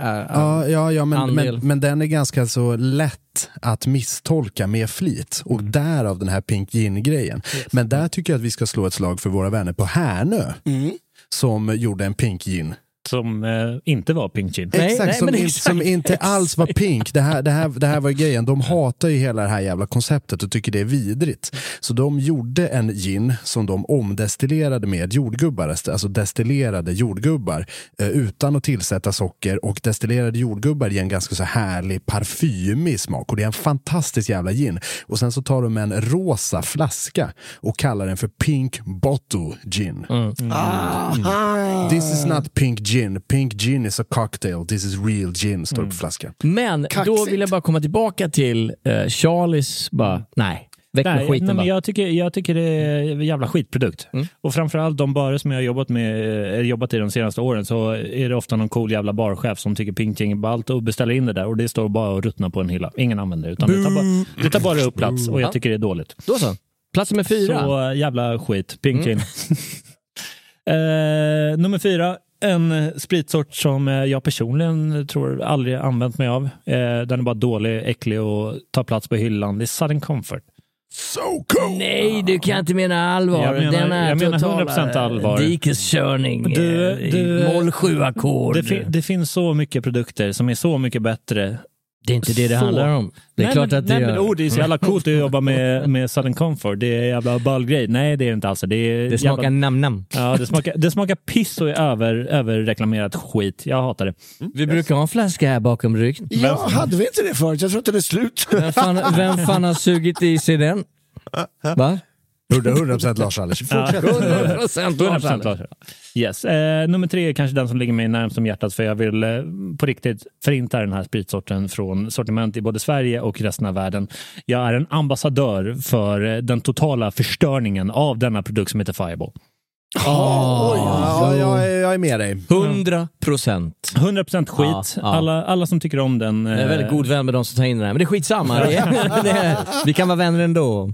men den är ganska så lätt att misstolka med flit, och därav den här Pink Gin-grejen. Men där tycker jag att vi ska slå ett slag för våra vänner på Härnö som gjorde en Pink Gin. Som inte var Pink Gin. Exakt, som inte alls var pink. Det här var grejen. De hatar ju hela det här jävla konceptet och tycker det är vidrigt. Så de gjorde en gin som de omdestillerade med jordgubbar. Alltså destillerade jordgubbar utan att tillsätta socker, och destillerade jordgubbar ger en ganska så härlig parfymig smak, och det är en fantastisk jävla gin. Och sen så tar de en rosa flaska och kallar den för Pink Bottle Gin. This is not Pink Gin. Pink Gin is a cocktail. This is real gin, står på flaskan. Men då vill jag bara komma tillbaka till Charlies väck med skiten. Men jag tycker det är en jävla skitprodukt. Och framförallt de barer som jag har jobbat i de senaste åren, så är det ofta någon cool jävla barchef som tycker Pink Gin är ballt och beställer in det där, och det står bara och ruttnar på en hylla. Ingen använder det, utan det tar bara upp plats, och jag tycker det är dåligt. Då så. Plats med 4. Så jävla skit. Pink Gin. Nummer 4. En spritsort som jag personligen tror aldrig använt mig av. Den är bara dålig, äcklig och tar plats på hyllan. Det är Southern Comfort. So cool! Nej, du kan inte mena allvar. Jag menar 100% allvar. Dikeskörning, moll 7-ackord. Det finns så mycket produkter som är så mycket bättre. Det är inte det handlar om. Det är klart att det är... det är så jävla coolt att jobba med Southern Comfort. Det är jävla ballgrej. Nej, det är inte alls. Det smakar namn. Ja, det smakar piss och är överreklamerat skit. Jag hatar det. Vi brukar ha en flaska här bakom ryggen. Ja, hade vi inte det förut? Jag tror att det är slut. Vem fan har sugit i sig den? Va? 100% Lars-Anders. 100% Lars. Yes. Nummer 3 är kanske den som ligger mig närmast om hjärtat, för jag vill på riktigt förinta den här spritsorten från sortiment i både Sverige och resten av världen. Jag är en ambassadör för den totala förstörningen av denna produkt som heter Fireball. Jag är med dig. 100% skit. Alla som tycker om den. Jag är väldigt god vän med de som tar in den här. Men det är skitsamma. Vi kan vara vänner ändå.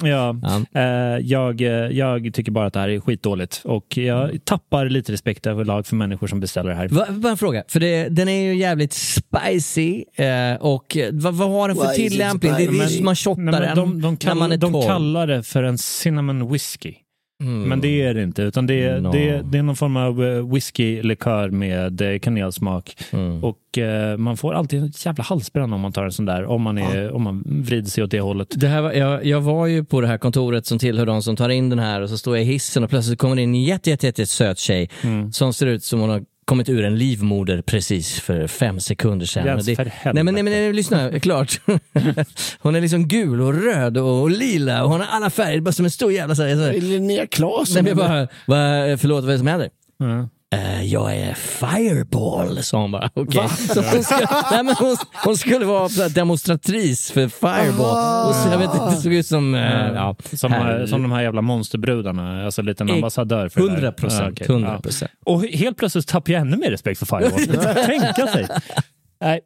Jag tycker bara att det här är skitdåligt. Och jag tappar lite respekt överlag för människor som beställer det här. Bara en fråga. För den är ju jävligt spicy. Och vad har den för tillämpning? Det är man shottar den. De kallar det för en cinnamon whisky. Men det är det inte, utan det är någon form av whisky-likör med kanelsmak. Och man får alltid en jävla halsbränna om man tar en sån där, om man vrider sig åt det hållet. Det här jag var ju på det här kontoret som tillhör de som tar in den här, och så står jag i hissen och plötsligt kommer det in en jätte söt tjej som ser ut som hon har kommit ur en livmoder precis för 5 sekunder sedan. Nej men lyssna, klart. Hon är liksom gul och röd och lila och hon har alla färger, bara som en stor jävla Linnea Claes. Nej, men bara, förlåt, vad är det som händer? Jag är Fireball, sa hon bara. Okay. Så hon skulle vara demonstratris för Fireball. Och så, jag vet inte, det såg ut som som de här jävla monsterbrudarna, alltså lite en ambassadör för 100%. Okay. 100%. Ja. Och helt plötsligt tappar jag ännu mer respekt för Fireball. Tänka sig. Nej,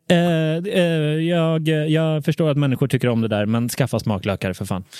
jag förstår att människor tycker om det där, men skaffa smaklökare för fan.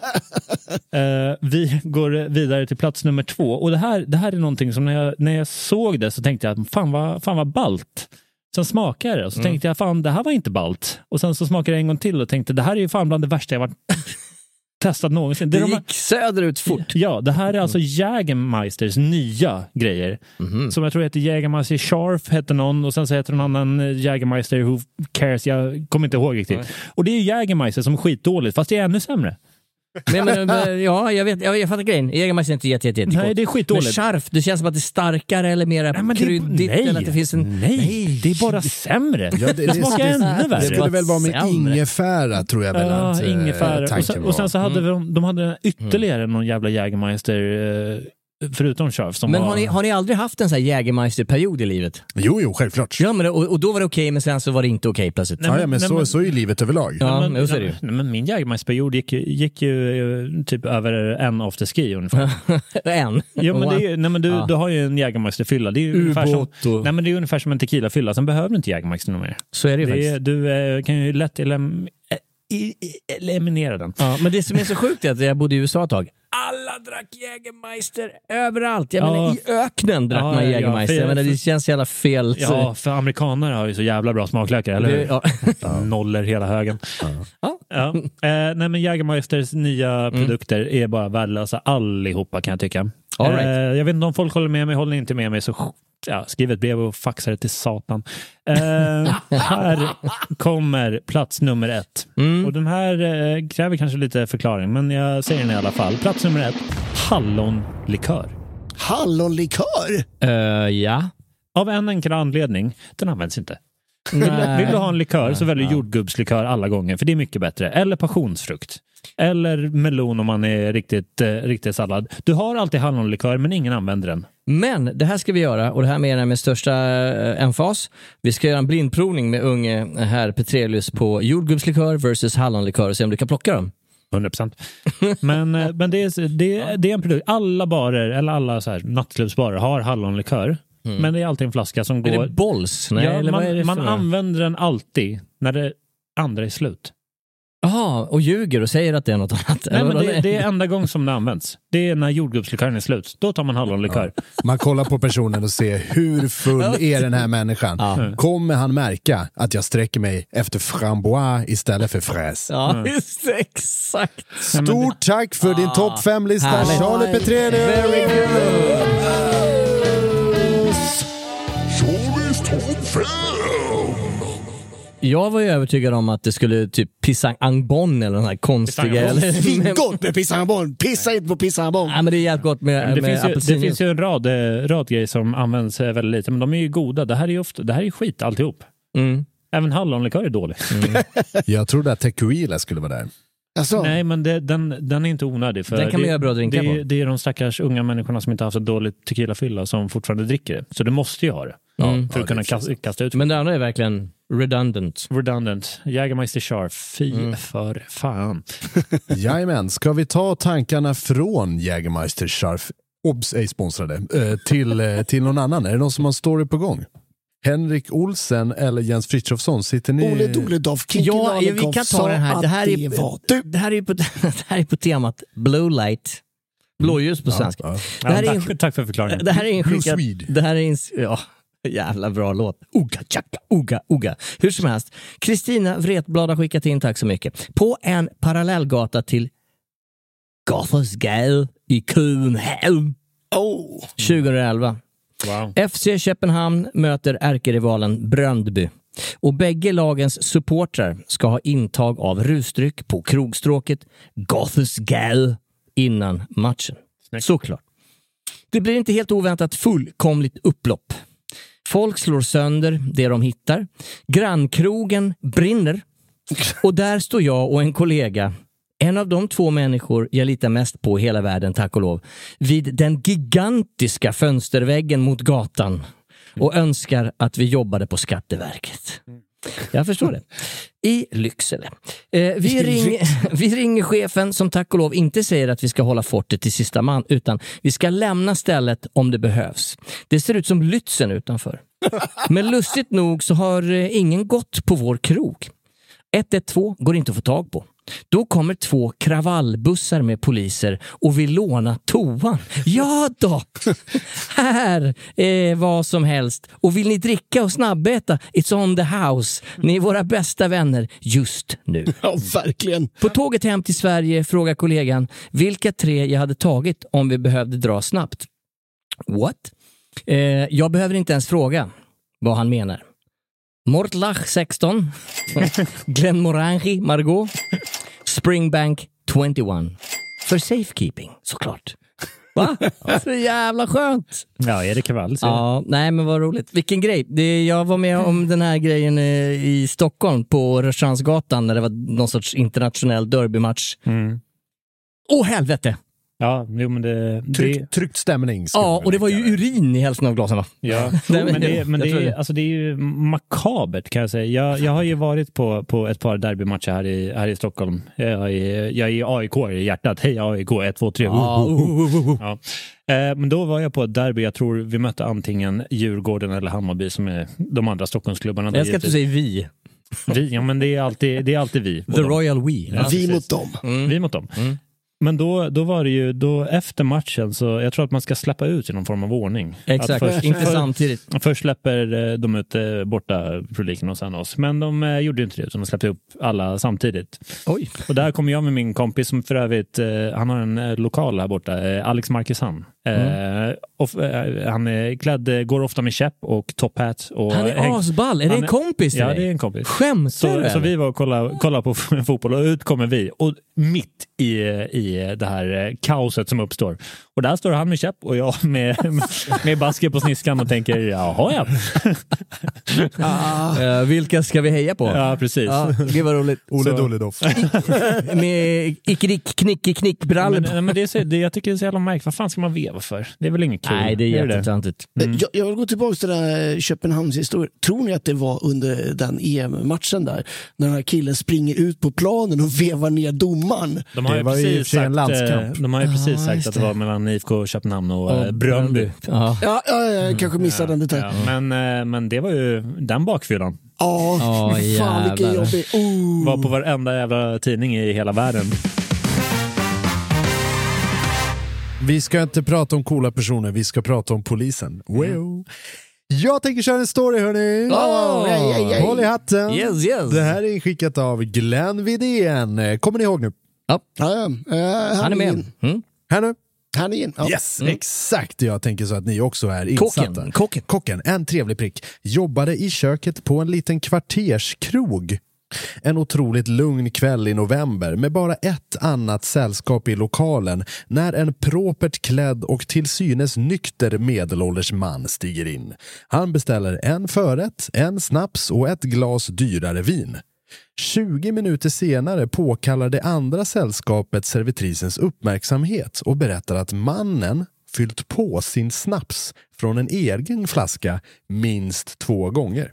Vi går vidare till plats nummer 2. Och det här är någonting som när jag såg det så tänkte jag, fan vad ballt. Sen smakade det och så tänkte jag, fan det här var inte ballt. Och sen så smakade jag en gång till och tänkte, det här är ju fan bland det värsta jag varit testat någonsin. Det gick söderut fort. Ja, det här är alltså Jägermeisters nya grejer. Som jag tror heter Jägermeister Sharp, heter någon, och sen så heter någon annan Jägermeister Who Cares, jag kommer inte ihåg riktigt. Och det är ju Jägermeister som är skitdåligt, fast det är ännu sämre. Men ja, jag fattar grejen. Jägermeister är inte jätte. Nej, det är skitdåligt. Men Sharp, det känns som att det är starkare eller mer kryddigt. Eller att det finns nej, det är bara sämre. Ja, det smakar ännu värre. Det skulle väl vara med ingefära, tror jag väl. Ja, ingefära. Och sen så hade de hade ytterligare någon jävla Jägermeister förutom Sharp. Men har ni aldrig haft en sån här Jägermeister-period i livet? Jo, självklart. Ja, men och då var det okej, men sen så var det inte okej plötsligt. Men så är ju livet överlag. Ja, men så är det ju. Men min Jägermeister-period gick ju typ över en afterski ungefär. En? Jo, men du har ju en Jägermeister-fylla. Det är ju ungefär som en tequila-fylla. Sen behöver du inte Jägermeister någon mer. Så är det ju faktiskt. Du kan ju lätt eliminera den. Ja, men det som är så sjukt är att jag bodde i USA ett tag. Alla drack Jägermeister överallt. Jag menar, i öknen drack man Jägermeister. Men det känns jävla fel. Ja, för amerikaner har ju så jävla bra smaklökare, eller hur? Noller hela högen. Nej, men Jägermeisters nya produkter är bara värdelösa allihopa, kan jag tycka. Jag vet inte om folk håller med mig, håller inte med mig, så skriv ett brev och faxa det till satan. Här kommer plats nummer 1. Och den här kräver kanske lite förklaring, men jag säger den i alla fall. Plats nummer 1, hallonlikör. Hallonlikör? Ja. Av en enkel anledning, den används inte. Vill du ha en likör så väljer jordgubbslikör alla gånger, för det är mycket bättre. Eller passionsfrukt. Eller melon om man är riktigt sallad. Du har alltid hallonlikör, men ingen använder den. Men det här ska vi göra, och det här menar jag med största emfas. Vi ska göra en blindprovning med unge herr Petrelius på jordgubbslikör versus hallonlikör och se om du kan plocka dem. 100%. Men det är en produkt. Alla barer, eller alla så här nattklubbsbarer har hallonlikör. Men det är alltid en flaska som går... Är det Bolls? Nej, eller man använder den alltid när det andra är slut. Jaha, och ljuger och säger att det är något annat. Nej, men det är enda gång som det används. Det är när jordgubbslikören är slut. Då tar man hallonlikör. Ja. Man kollar på personen och ser hur full är den här människan. Kommer han märka att jag sträcker mig efter frambois istället för fräs? Ja, just exakt. Stort tack för din topp 5-lista, Charlie Petrelius. Very good. Charlies topp 5. Jag var ju övertygad om att det skulle typ pisang angbon eller någon här konstiga... Gott med pisang angbon. Pissa inte på pisang angbon. Ja, men det är jävligt gott med det finns ju en rad grejer som används väldigt lite, men de är ju goda. Det här är ju skit alltihop. Även hallonlikör är dålig. Jag trodde att tequila skulle vara där. Alltså. Nej, men den är inte onödig. För den kan man göra bra drinkar på. Det är de stackars unga människorna som inte har haft ett dåligt tequilafylla som fortfarande dricker det. Så det måste ju ha det. För att kunna kasta ut. Men det andra är verkligen redundant. Jägermeister Sharp. Fy för fan. Jajamän, ska vi ta tankarna från Jägermeister Sharp, obs ej sponsrade, till någon annan? Är det någon som har en story på gång? Henrik Olsen eller Jens Frithiofsson, sitter ni... Ole Doledov, ja, vi kan ta den här. Det här är på temat Blue Light. Blåljus på svenska. Tack för förklaringen. Det här är inskickat. Det här är jävla bra låt. Uga, tjacka, uga, uga. Hur som helst. Kristina Wretblad har skickat in, tack så mycket. På en parallellgata till Gothersgade i Kuhnholm. 2011. Wow. FC Köpenhamn möter ärkerivalen Brøndby. Och bägge lagens supportrar ska ha intag av rusdryck på krogstråket Gothersgade innan matchen. Såklart. Det blir inte helt oväntat fullkomligt upplopp. Folk slår sönder det de hittar. Grannkrogen brinner. Och där står jag och en kollega, en av de 2 människor jag litar mest på i hela världen, tack och lov, vid den gigantiska fönsterväggen mot gatan och önskar att vi jobbade på Skatteverket. Jag förstår det. I Lycksele. Vi ringer chefen som tack och lov inte säger att vi ska hålla fortet till sista man, utan vi ska lämna stället om det behövs. Det ser ut som Lützen utanför. Men lustigt nog så har ingen gått på vår krog. 112 går inte att få tag på. Då kommer 2 kravallbussar med poliser och vill låna toan. Ja då! Här är vad som helst. Och vill ni dricka och snabbäta? It's on the house. Ni är våra bästa vänner just nu. Ja, verkligen. På tåget hem till Sverige frågar kollegan vilka 3 jag hade tagit om vi behövde dra snabbt. What? Jag behöver inte ens fråga vad han menar. Mortlach 16, Glenmorangie Margot, Springbank 21. För safekeeping, såklart. Va? Så jävla skönt. Ja, är det kravall? Ja, nej men vad roligt. Vilken grej. Jag var med om den här grejen i Stockholm på Rörstrandsgatan när det var någon sorts internationell derbymatch. Helvete! Ja, jo, men tryckt stämning. Ja, och det var ju urin i hälften av glasen, va? Ja, men det är ju makabert, kan jag säga. Jag har ju varit på ett par derbymatcher här i Stockholm. Jag är AIK i hjärtat. Hej AIK, 1, 2, 3. Ja. Men då var jag på ett derby. Jag tror vi mötte antingen Djurgården eller Hammarby, som är de andra Stockholmsklubbarna. Jag ska inte säga vi. Ja, men det är alltid vi. The Royal We. Ja, vi mot dem. Vi mot dem. Men då var det ju efter matchen, så jag tror att man ska släppa ut i någon form av ordning. Exakt, inte samtidigt. Först släpper de ut borta publiken och sen oss. Men de gjorde inte det, utan de släppte upp alla samtidigt. Oj. Och där kom jag med min kompis som för övrigt, han har en lokal här borta, Alex Marquesan. Han är klädd, går ofta med käpp och top hat. Och han är asball. Är det en kompis? Ja, det är en kompis. Skämtar så vi var och kollade på fotboll, och ut kommer vi. Och mitt i det här kaoset som uppstår. Och där står han med käpp och jag med basker på sniskan och tänker, jaha ja. Vilka ska vi heja på? Ja, precis. Det var roligt. Ole Doledov. Med knick-brallor. Men jag tycker det är så jävla märkt. Vad fan ska man veva för? Det är väl inget kul. Nej, det är jättetöntigt. Jag vill gå tillbaka till den här Köpenhamns historia. Tror ni att det var under den EM-matchen där, när den här killen springer ut på planen och vevar ner domaren? De har ju precis sagt att det var mellan IFK Köpenhamn och Brøndby. Ja, jag kanske missade den detaljen. Ja, men det var ju den bakfyllan. Fan vilken jobbig. Var på varenda jävla tidning i hela världen. Vi ska inte prata om coola personer, vi ska prata om polisen. Wow. Jag tänker köra en story, hörni. Håll i hatten. Yes. Det här är inskickat av Glenn Widén. Kommer ni ihåg nu? Ja. Han är med. Här nu? Han är in. Ja. Yes, exakt. Jag tänker så att ni också är insatta. Kocken, en trevlig prick. Jobbade i köket på en liten kvarterskrog. En otroligt lugn kväll i november med bara ett annat sällskap i lokalen när en propert klädd och till synes nykter medelålders man stiger in. Han beställer en förrätt, en snaps och ett glas dyrare vin. 20 minuter senare påkallar det andra sällskapet servitrisens uppmärksamhet och berättar att mannen fyllt på sin snaps från en egen flaska minst 2 gånger.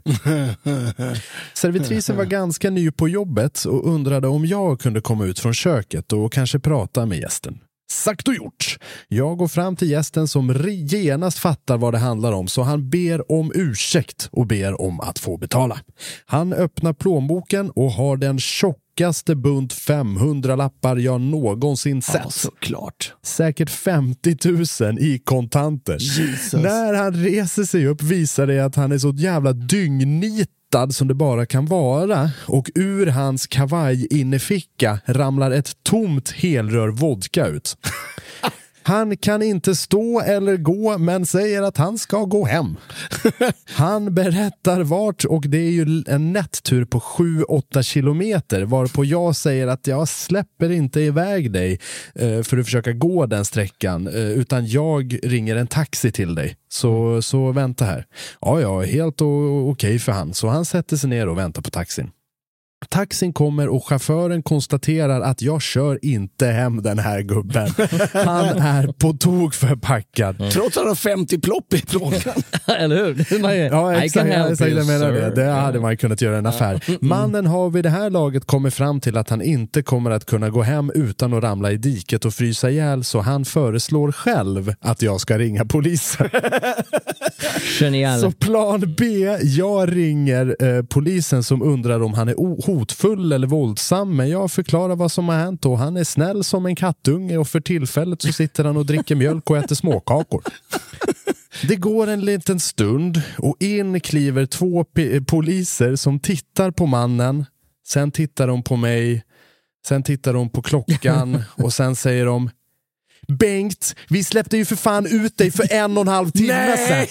Servitrisen var ganska ny på jobbet och undrade om jag kunde komma ut från köket och kanske prata med gästen. Sagt och gjort. Jag går fram till gästen som genast fattar vad det handlar om, så han ber om ursäkt och ber om att få betala. Han öppnar plånboken och har den tjockaste bunt 500-lappar jag någonsin sett. Ja, såklart. Säkert 50 000 i kontanter. Jesus. När han reser sig upp visar det att han är så jävla dyngnitad som det bara kan vara, och ur hans kavaj-inneficka ramlar ett tomt helrör vodka ut. Han kan inte stå eller gå, men säger att han ska gå hem. Han berättar vart, och det är ju en nättur på 7-8 kilometer, varpå jag säger att jag släpper inte iväg dig för att försöka gå den sträckan, utan jag ringer en taxi till dig. Så vänta här. Ja, helt okej för han. Så han sätter sig ner och väntar på taxin. Taxin kommer och chauffören konstaterar att jag kör inte hem den här gubben. Han är på tog förpackad. Trots att han har 50 plopp i plånkan. Eller hur? Ja, exakt. Jag menar det. Det hade man kunnat göra en affär. Mannen har vid det här laget kommit fram till att han inte kommer att kunna gå hem utan att ramla i diket och frysa ihjäl, så han föreslår själv att jag ska ringa polisen. Genial. Så plan B, jag ringer polisen som undrar om han är hotfull eller våldsam, men jag förklarar vad som har hänt och han är snäll som en kattunge, och för tillfället så sitter han och dricker mjölk och äter småkakor. Det går en liten stund och in kliver 2 poliser som tittar på mannen, sen tittar de på mig, sen tittar de på klockan och sen säger de: Bengt, vi släppte ju för fan ut dig för 1,5 timme sedan.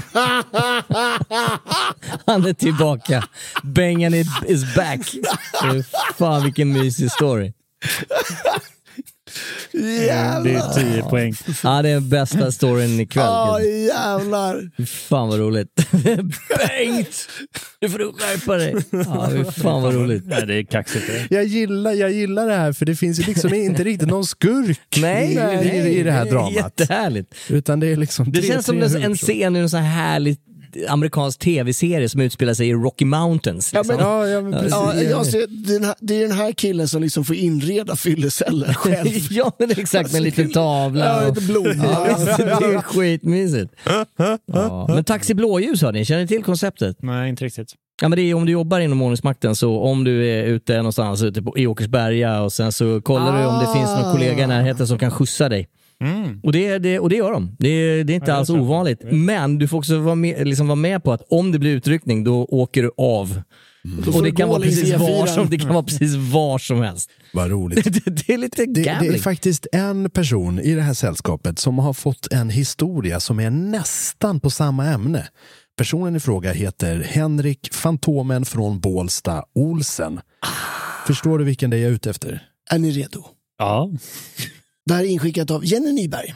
Han är tillbaka. Bengan is back. Fan, vilken mysig story. Jävlar. Det är 10 poäng. Ja, det är den bästa storyn ikväll. Jävlar. Fan vad roligt. Bengt, nu får du skärpa dig. Ja, fan vad roligt. Nej, det är kaxigt. Jag gillar det här, för det finns ju liksom inte riktigt någon skurk i det här dramat. Jättehärligt. Utan det är liksom det känns som en scen i en sån här härligt amerikansk tv-serie som utspelar sig i Rocky Mountains. Liksom. Det är den här killen som liksom får inreda fylleceller själv. Ja, men exakt, med en liten tavla. Ja, lite blommor. Det är skitmysigt. Ja. Men Taxi Blåljus, har ni? Känner ni till konceptet? Nej, inte riktigt. Ja, men det är om du jobbar inom ordningsmakten, så om du är ute någonstans ute i Åkersberga och sen så kollar du om det finns någon kollega i närheten som kan skjutsa dig. Och det gör de. Det är inte alls ovanligt. Men du får också vara med på att om det blir utryckning, då åker du av. Och det kan vara precis var som helst. Vad roligt. Det är lite gambling. Det är faktiskt en person i det här sällskapet som har fått en historia som är nästan på samma ämne. Personen i fråga heter Henrik Fantomen från Bålsta Olsen. Förstår du vilken det är jag är ute efter? Är ni redo? Ja. Det här är inskickat av Jenny Nyberg.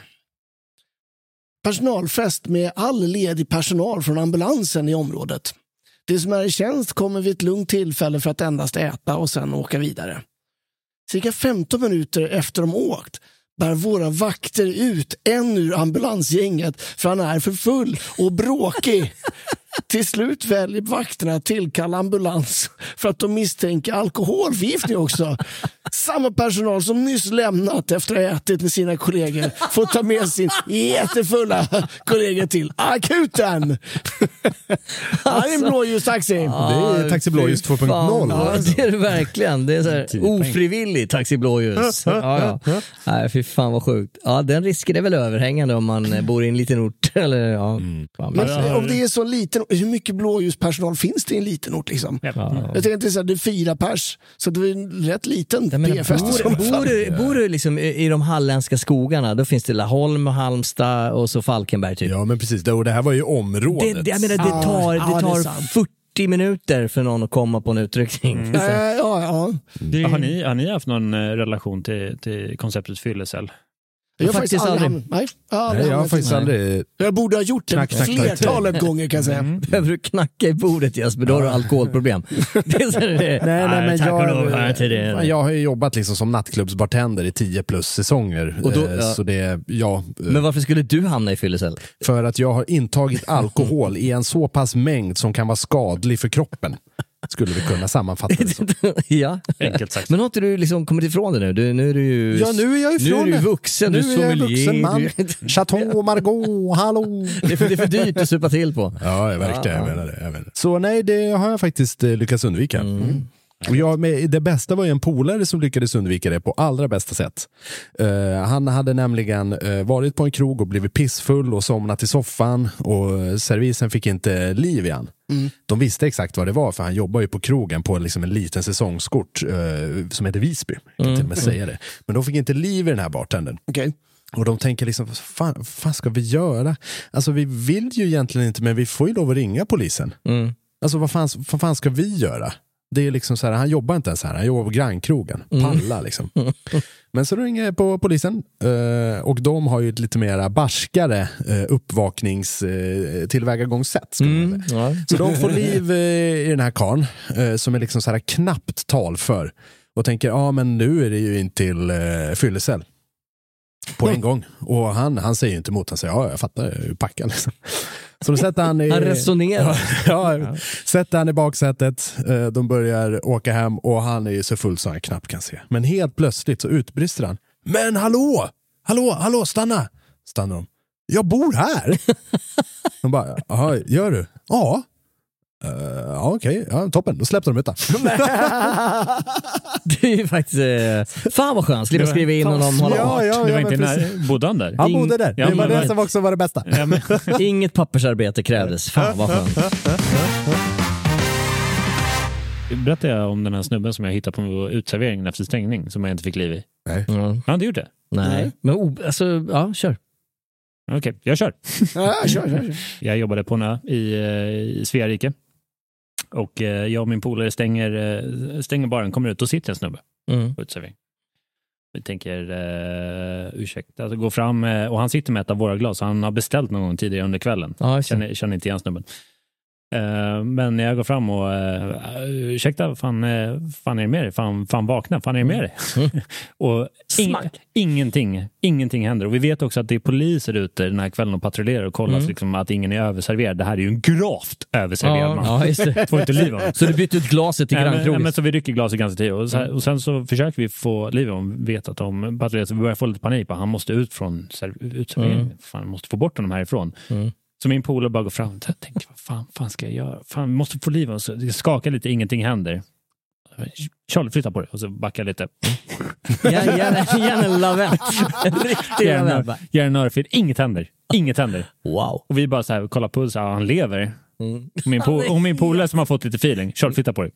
Personalfest med all ledig personal från ambulansen i området. Det som är i tjänst kommer vid ett lugnt tillfälle för att endast äta och sen åka vidare. Cirka 15 minuter efter de åkt bär våra vakter ut en ur ambulansgänget för han är för full och bråkig. Till slut väljer vakterna att tillkalla ambulans för att de misstänker alkoholförgiftning också. Samma personal som nyss lämnat efter att ha ätit med sina kollegor får ta med sin jättefulla kollegor till akuten. Här är en blåljustaxi. Det är Taxi Blåljus 2.0. Ja, det är det verkligen. Det är så här ofrivillig Taxi Blåljus. Ja. Nej, fy fan vad sjukt. Ja, den risken är väl överhängande om man bor i en liten ort. Eller, ja. Men om det är så liten, hur mycket blåljuspersonal finns det i en liten ort liksom? Ja. Jag tänkte att det är 4 pers, så det är en rätt liten B-fest. Bor du liksom i de halländska skogarna, då finns det Laholm, Halmstad och så Falkenberg typ. Ja, men precis. Och det här var ju området. Det tar 40 minuter för någon att komma på en utryckning. Ja. Har ni haft någon relation till konceptet fyllecell? Jag faktiskt aldrig. Nej, jag har faktiskt aldrig. Jag borde ha gjort det flertalet gånger kan jag säga. Behöver du knacka i bordet, Jesper, då har du alkoholproblem. Men jag har ju jobbat liksom som nattklubbsbartender i 10+ säsonger. Och då, så det, men varför skulle du hamna i fyllecell? För att jag har intagit alkohol i en så pass mängd som kan vara skadlig för kroppen. Skulle vi kunna sammanfatta det så. Ja. Enkelt sagt. Men har inte du liksom kommit ifrån det nu? Nu är du ju... Ja, nu är jag ifrån det. Nu är du vuxen, nu är jag vuxen man. Chateau Margaux, hallå. Det är för dyrt att supa till på. Ja, verkligen. Jag menar det. Så nej, det har jag faktiskt lyckats undvika. Och det bästa var ju en polare som lyckades undvika det på allra bästa sätt. Han hade nämligen varit på en krog och blivit pissfull och somnat i soffan, och servisen fick inte liv i han. De visste exakt vad det var, för han jobbar ju på krogen på liksom en liten säsongskort som heter Visby. Jag kan till och med säga det. Men de fick inte liv i den här bartendern. Okej. Och de tänker liksom, vad fan ska vi göra? Alltså vi vill ju egentligen inte, men vi får ju lov att ringa polisen. Alltså vad fan ska vi göra? Det är liksom så här, han jobbar inte ens här, han jobbar på grannkrogen. Palla liksom. Men så ringer jag på polisen, och de har ju ett lite mer barskare uppvakningstillvägagångssätt. Så de får liv i den här karn, som är liksom så här knappt talför. Och tänker, men nu är det ju in till fyllecell. På en gång. Och han säger ju inte emot, han säger, jag fattar, jag packar liksom. Så då sätter han han resonerar. Sätter han i baksätet, de börjar åka hem, och han är ju så full så han knappt kan se. Men helt plötsligt så utbrister han, men hallå, stanna. Stannar de. Jag bor här. De bara, jaha, gör du? Ja. Okej, toppen, då släppte de ut. Det är ju faktiskt fan vad skönt, slippa skriva in honom. Det var inte när bodde han där? Han bodde där, det var det som också var det bästa. Inget pappersarbete krävdes, fan vad skönt. Berättade jag om den här snubben som jag hittade på utserveringen efter stängning, som jag inte fick liv i? Nej. Han hade gjort det? Nej, men kör. Okej, jag kör. Kör. Jag jobbade på en ö i Sverige. Och jag och min polare stänger baren, kommer ut och sitter en snubbe på utservering. Vi tänker ursäkta, alltså, gå fram, och han sitter med ett av våra glas. Han har beställt någon gång tidigare under kvällen. Känner inte igen snubben. Men när jag går fram och ursäkta, fan är det med dig? Fan vakna, fan är det med dig? Och ingenting händer. Och vi vet också att det är poliser ute den här kvällen och patrullerar och kollar liksom, att ingen är överserverad. Det här är ju en gravt överserverad man. Ja, just det. Får inte liv om. Så du bytte ut glaset till grannkrogen? Men så vi rycker glaset ganska tid. Och sen så försöker vi få liv om, vet att de patrullerar, så vi börjar få lite panik på. Han måste ut från utserveringen. Fan, måste få bort honom härifrån. Så min polare bara går fram och tänker, vad fan ska jag göra? Fan, vi måste få liv. Och så det skakar lite, ingenting händer. Charlie, flytta på det. Och så backar lite. Gärna en lavett. En riktig lavett. Gärna en örfil. Inget händer. Wow. Och vi bara så här, kollar puls, han lever. Och min polare som har fått lite feeling. Charlie, flytta på det.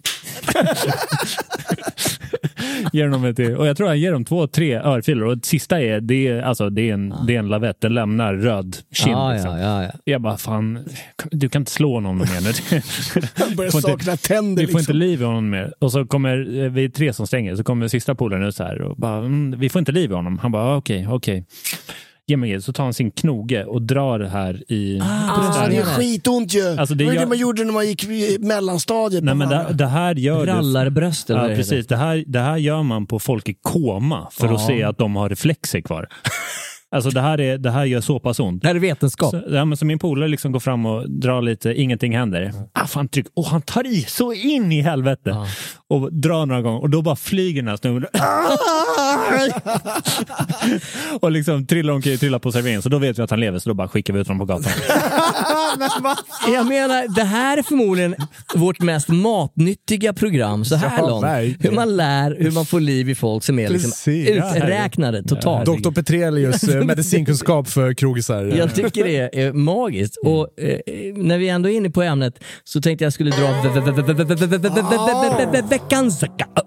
Ger dem och jag tror han ger dem 2-3 örfiler, och det sista det är en lavett, den lämnar röd kind. Ja. Jag bara, fan, du kan inte slå någon mer nu. Han börjar sakna tänder. Vi får inte liv i honom mer. Och så kommer vi 3 som stänger, så kommer sista polaren ut så här och bara, vi får inte liv i honom. Han bara, okej. Ge mig, så tar han sin knoge och drar det här i... det är skitont ju. Alltså det var det man gjorde när man gick i mellanstadiet. Nej, men det här gör rallarbröst. Ja, precis. Det här gör man på folk i koma för att se att de har reflexer kvar. Alltså det här gör så pass ont. Det här är vetenskap. Så min polare liksom går fram och drar lite, ingenting händer. Fan, tryck. Och han tar i så in i helvete. Och drar några gånger. Och då bara flyger den här snubben. Och liksom trillar på serveringen. Så då vet vi att han lever, så då bara skickar vi ut honom på gatan. Jag menar, det här är förmodligen vårt mest matnyttiga program så här långt. Hur man lär, hur man får liv i folk som är liksom uträknade totalt. Dr. Petrelius medicinkunskap för krogisar. Jag tycker det är magiskt. Och när vi ändå är inne på ämnet så tänkte jag skulle dra veckans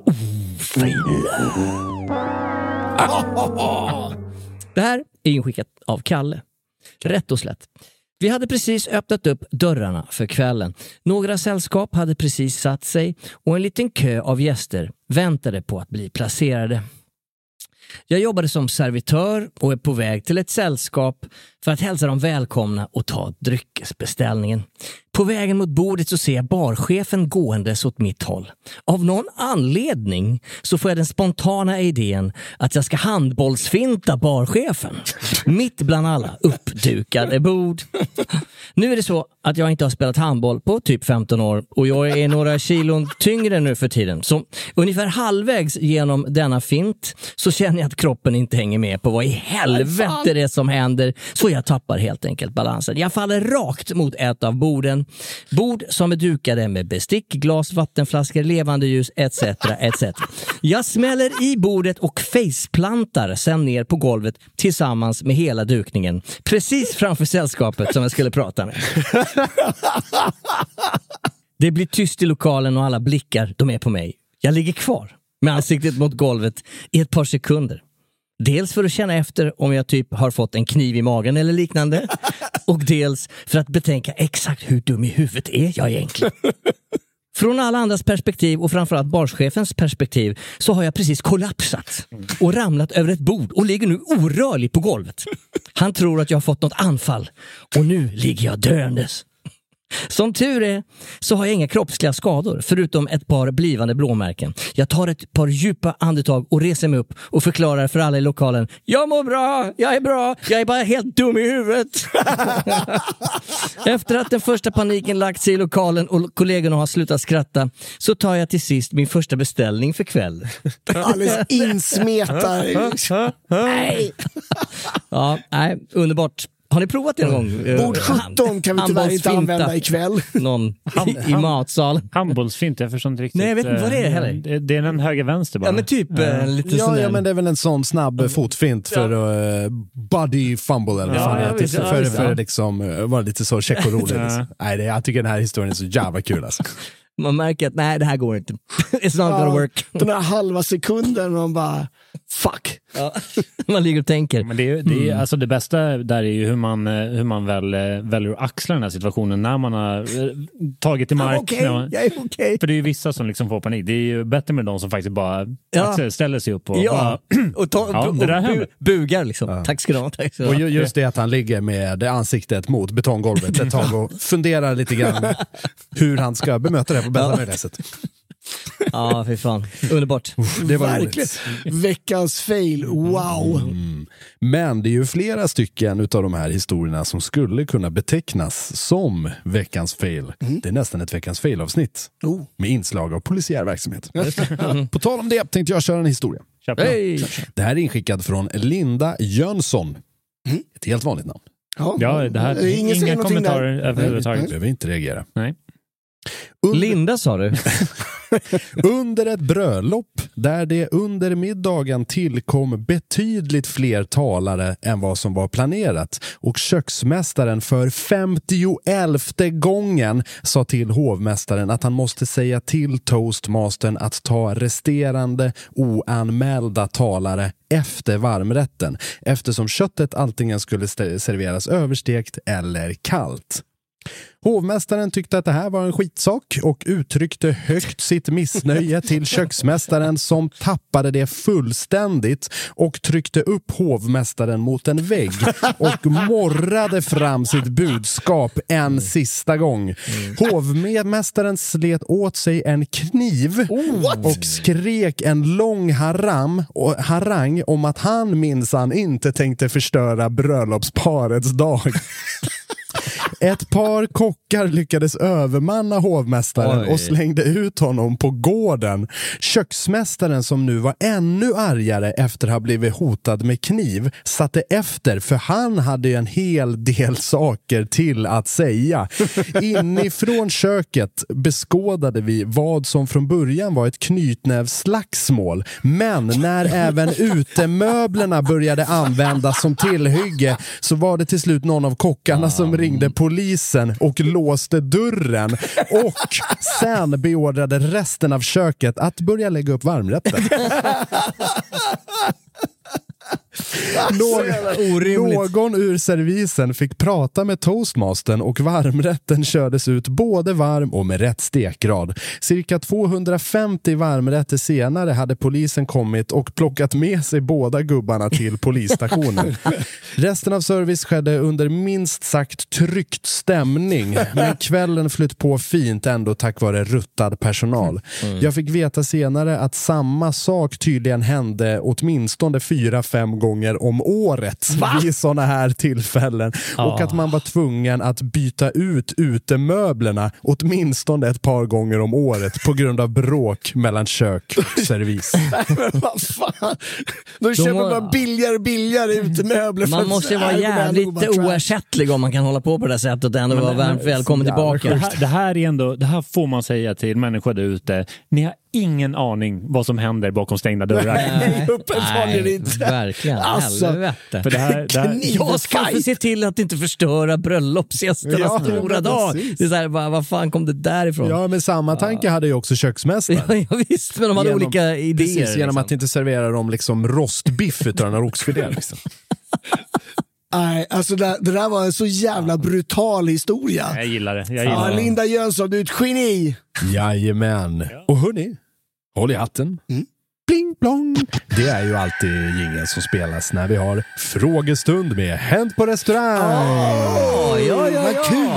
Det här är inskickat av Kalle. Rätt och slätt. Vi hade precis öppnat upp dörrarna för kvällen. Några sällskap hade precis satt sig och en liten kö av gäster väntade på att bli placerade. Jag jobbade som servitör och är på väg till ett sällskap för att hälsa dem välkomna och ta dryckesbeställningen. På vägen mot bordet så ser jag barchefen gåendes åt mitt håll. Av någon anledning så får jag den spontana idén att jag ska handbollsfinta barchefen. Mitt bland alla uppdukade bord. Nu är det så att jag inte har spelat handboll på typ 15 år och jag är några kilon tyngre nu för tiden. Så ungefär halvvägs genom denna fint så känner jag att kroppen inte hänger med på vad i helvete det är som händer. Så jag tappar helt enkelt balansen. Jag faller rakt mot ett av borden. Bord som är dukade med bestick, glas, vattenflaskor, levande ljus, etc. etc. Jag smäller i bordet och faceplantar sen ner på golvet tillsammans med hela dukningen. Precis framför sällskapet som jag skulle prata med. Det blir tyst i lokalen och alla blickar, de är på mig. Jag ligger kvar med ansiktet mot golvet i ett par sekunder. Dels för att känna efter om jag typ har fått en kniv i magen eller liknande. Och dels för att betänka exakt hur dum i huvudet är jag egentligen. Från alla andras perspektiv och framförallt barchefens perspektiv så har jag precis kollapsat och ramlat över ett bord och ligger nu orörlig på golvet. Han tror att jag har fått något anfall och nu ligger jag döendes. Som tur är så har jag inga kroppsliga skador förutom ett par blivande blåmärken. Jag tar ett par djupa andetag och reser mig upp och förklarar för alla i lokalen: jag mår bra, jag är bara helt dum i huvudet. Efter att den första paniken lagt sig i lokalen och kollegorna har slutat skratta så tar jag till sist min första beställning för kväll. Alldeles insmetare. Nej. Ja, nej, underbart. Har ni provat det någon gång? Bord 17 kan vi tyvärr inte använda ikväll. Någon i matsal. Handbollsfint, jag förstår inte riktigt. Nej, jag vet inte vad det är heller. Det är den höger-vänster bara. Ja, men typ lite sån där. Ja, men det är väl en sån snabb fotfint för body fumble eller vad fan det heter. För liksom vara lite så check och roligt. Nej, jag tycker den här historien är så jävla kul alltså. Man märker att nej, det här går inte. It's not gonna work. Den här halva sekunden och man bara fuck. Ja. Man ligger och tänker. Men det är alltså det bästa där är ju hur man väljer att axla den här situationen när man har tagit i mark. Jag är okej. För det är ju vissa som liksom får panik. Det är ju bättre med de som faktiskt bara ställer sig upp och bugar liksom. Ja. Tack ska du ha. Och just det att han ligger med ansiktet mot betonggolvet ett tag och funderar lite grann hur han ska bemöta det på bästa möjliga sätt. Ja, fy fan. Underbart. Det var verkligen veckans fail. Wow. Men det är ju flera stycken utav de här historierna som skulle kunna betecknas som veckans fail. Det är nästan ett veckans fail-avsnitt med inslag av polisiär verksamhet. På tal om det tänkte jag köra en historia. Hey. Det här är inskickad från Linda Jönsson. Ett helt vanligt namn. Ja, det här inga kommentarer överhuvudtaget. Behöver inte reagera. Nej. Linda sa du? Under ett bröllop där det under middagen tillkom betydligt fler talare än vad som var planerat och köksmästaren för 51:e gången sa till hovmästaren att han måste säga till toastmastern att ta resterande oanmälda talare efter varmrätten eftersom köttet antingen skulle serveras överstekt eller kallt. Hovmästaren tyckte att det här var en skitsak och uttryckte högt sitt missnöje till köksmästaren som tappade det fullständigt och tryckte upp hovmästaren mot en vägg och morrade fram sitt budskap en sista gång. Hovmästaren slet åt sig en kniv och skrek en lång harang om att han minsann inte tänkte förstöra bröllopsparets dag. Ett par kockar lyckades övermanna hovmästaren och slängde ut honom på gården. Köksmästaren, som nu var ännu argare efter att ha blivit hotad med kniv, satte efter för han hade ju en hel del saker till att säga. Inifrån köket beskådade vi vad som från början var ett knytnävsslagsmål. Men när även utemöblerna började användas som tillhygge så var det till slut någon av kockarna som ringde polisen och låste dörren och sen beordrade resten av köket att börja lägga upp varmrätten. Någon ur servisen fick prata med toastmastern och varmrätten kördes ut både varm och med rätt stekgrad. Cirka 250 varmrätter senare hade polisen kommit och plockat med sig båda gubbarna till polisstationen. Resten av service skedde under minst sagt tryckt stämning, men kvällen flytt på fint ändå tack vare ruttad personal. Jag fick veta senare att samma sak tydligen hände åtminstone 4-5 gånger om året vid sådana här tillfällen. Och att man var tvungen att byta ut utemöblerna åtminstone ett par gånger om året på grund av bråk mellan kök och servis. Men vad fan? Då köper man billigare utemöbler. Man måste vara jävligt oersättlig om man kan hålla på det där sättet och ändå vara varmt välkommen tillbaka. Det här får man säga till människor där ute. Ni har ingen aning vad som händer bakom stängda dörrar. Nej, inte. Verkligen. Helvete. För det här jag ska se till att inte förstöra bröllopsgästernas stora dag. Det är så här, vad fan kom det därifrån? Ja, men samma tanke hade ju också köksmästaren. Ja, visst, men de hade olika idéer. Precis, genom att inte servera dem liksom rostbiff utan en oxfilé. Liksom. Nej, alltså det där var en så jävla brutal historia. Jag gillar det. Linda Jönsson, du är ett geni. Jajamän. Och hörni, håll i hatten. Bling blong. Det är ju alltid jingeln som spelas när vi har frågestund med Hänt på restaurang. Vad kul.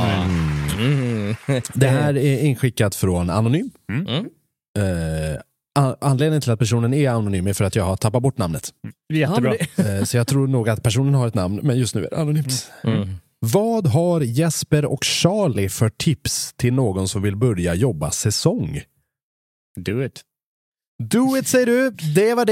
Det här är inskickat från Anonym. Anledningen till att personen är anonym är för att jag har tappat bort namnet. Jättebra. Så jag tror nog att personen har ett namn, men just nu är det anonymt. Vad har Jesper och Charlie för tips till någon som vill börja jobba säsong? Do it. Do it, säger du. Det var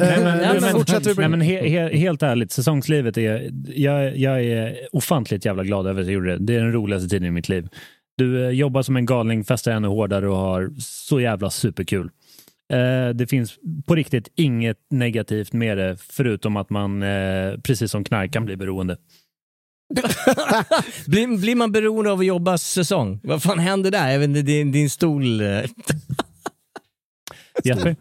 det. Helt ärligt, säsongslivet är... Jag är ofantligt jävla glad över att jag gjorde det. Det är den roligaste tiden i mitt liv. Du jobbar som en galning, festar ännu hårdare och har så jävla superkul. Det finns på riktigt inget negativt med det förutom att man precis som knark kan bli beroende. Blir man beroende av att jobba säsong? Vad fan händer där? Jag vet inte, din stol... Jesper?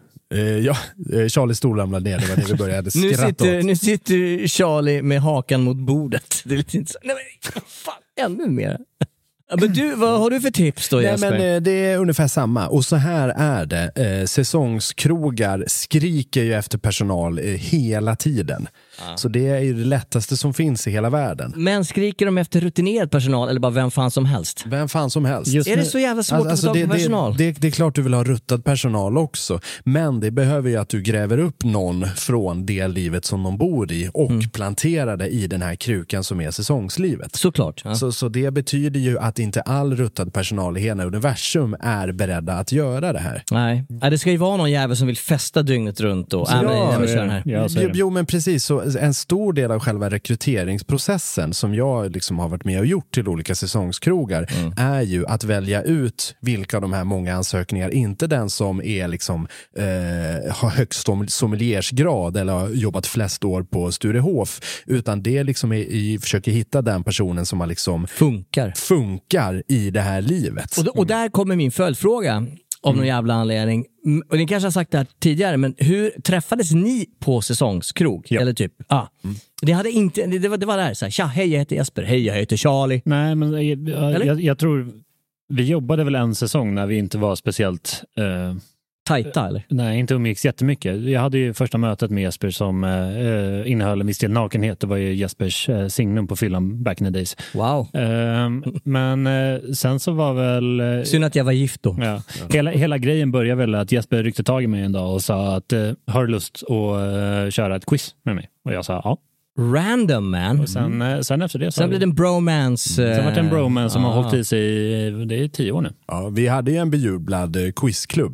Charlie stol ramlade ner. Det var det vi började skratta åt. Nu sitter Charlie med hakan mot bordet. Det är lite inte så... Nej men fan, ännu mer. Men du, vad har du för tips då, Jesper? Men det är ungefär samma. Och så här är det. Säsongskrogar skriker ju efter personal hela tiden. Så det är ju det lättaste som finns i hela världen. Men skriker de efter rutinerad personal eller bara vem fan som helst? Vem fan som helst. Är det så jävla svårt att få tag på personal? Det är klart du vill ha ruttad personal också. Men det behöver ju att du gräver upp någon från det livet som de bor i och planterar det i den här krukan som är säsongslivet. Såklart. Ja. Så det betyder ju att inte all ruttad personal i hela universum är beredda att göra det här. Nej, det ska ju vara någon jävel som vill festa dygnet runt och Jo, men precis. Så en stor del av själva rekryteringsprocessen som jag liksom har varit med och gjort till olika säsongskrogar är ju att välja ut vilka av de här många ansökningar, inte den som är liksom har högst sommeliersgrad eller har jobbat flest år på Sturehof, utan det liksom försöker hitta den personen som har liksom funkar i det här livet. Och där kommer min följdfråga av någon jävla anledning. Och ni kanske har sagt det här tidigare, men hur träffades ni på säsongskrog? Ja. Eller typ, det hade inte, det var där så här, tja, hej jag heter Jesper, hej jag heter Charlie. Nej, men jag tror vi jobbade väl en säsong när vi inte var speciellt tajta eller? Nej, inte umgicks jättemycket. Jag hade ju första mötet med Jesper som innehöll en viss del nakenhet. Det var ju Jespers signum på fyllan back in the days. Wow. Men sen så var väl... Synd att jag var gift då. Ja. Hela grejen började väl att Jesper ryckte tag i mig en dag och sa att har du lust att köra ett quiz med mig? Och jag sa ja. Random man. Och sen efter det sen blev det en bromance. Sen var det en bromance som har hållit i sig det är 10 år nu. Ja, vi hade ju en bejublad quizklubb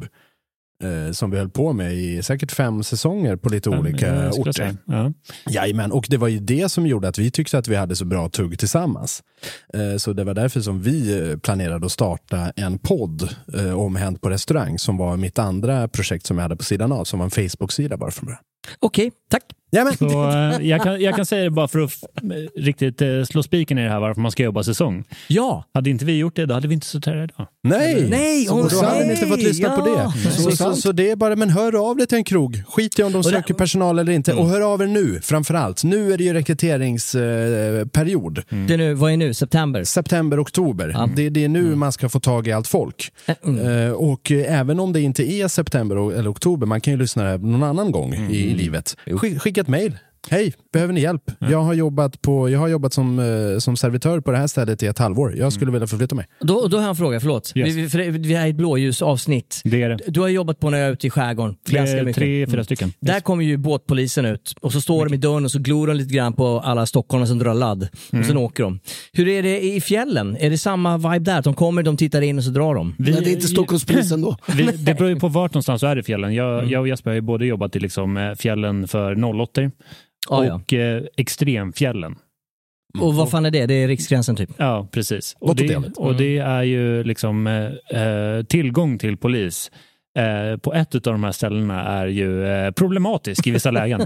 som vi höll på med i säkert 5 säsonger på lite olika orter. Ja. Jajamän, och det var ju det som gjorde att vi tyckte att vi hade så bra tugg tillsammans. Så det var därför som vi planerade att starta en podd om Hänt på restaurang som var mitt andra projekt som jag hade på sidan av, som var en Facebook-sida bara från början. Okej, tack. Jamen. Så, jag kan säga det bara för att riktigt slå spiken i det här varför man ska jobba säsong. Ja. Hade inte vi gjort det, då hade vi inte suttit här idag. Nej, och då hade ni inte fått lyssna på det. Så det är bara, men hör av dig till en krog. Skit i om de söker personal eller inte. Och hör av er nu, framförallt. Nu är det ju rekryteringsperiod. Det är nu, vad är nu? September, oktober. Ja. Det är nu man ska få tag i allt folk. Och även om det inte är september eller oktober, man kan ju lyssna någon annan gång i livet. Skicka ett mejl. Hej, behöver ni hjälp? Jag har jobbat som servitör på det här stället i ett halvår. Jag skulle vilja förflytta mig. Då har jag en fråga, förlåt. Yes. Vi är ett blåljusavsnitt. Det är det. Du har jobbat på när jag är ute i skärgården. 3-4 stycken. Där kommer ju båtpolisen ut. Och så står de i dörren och så glor de lite grann på alla stockholmare som drar ladd. Och sen åker de. Hur är det i fjällen? Är det samma vibe där? De kommer, de tittar in och så drar de? Nej, det är inte Stockholmspolisen då. Det beror ju på vart någonstans så är det fjällen. Jag och Jesper har ju både jobbat i liksom fjällen för 08 och extremfjällen. Och vad fan är det? Det är riksgränsen typ? Ja, precis. Och det är ju liksom tillgång till polis på ett av de här ställena är ju problematisk i vissa lägen.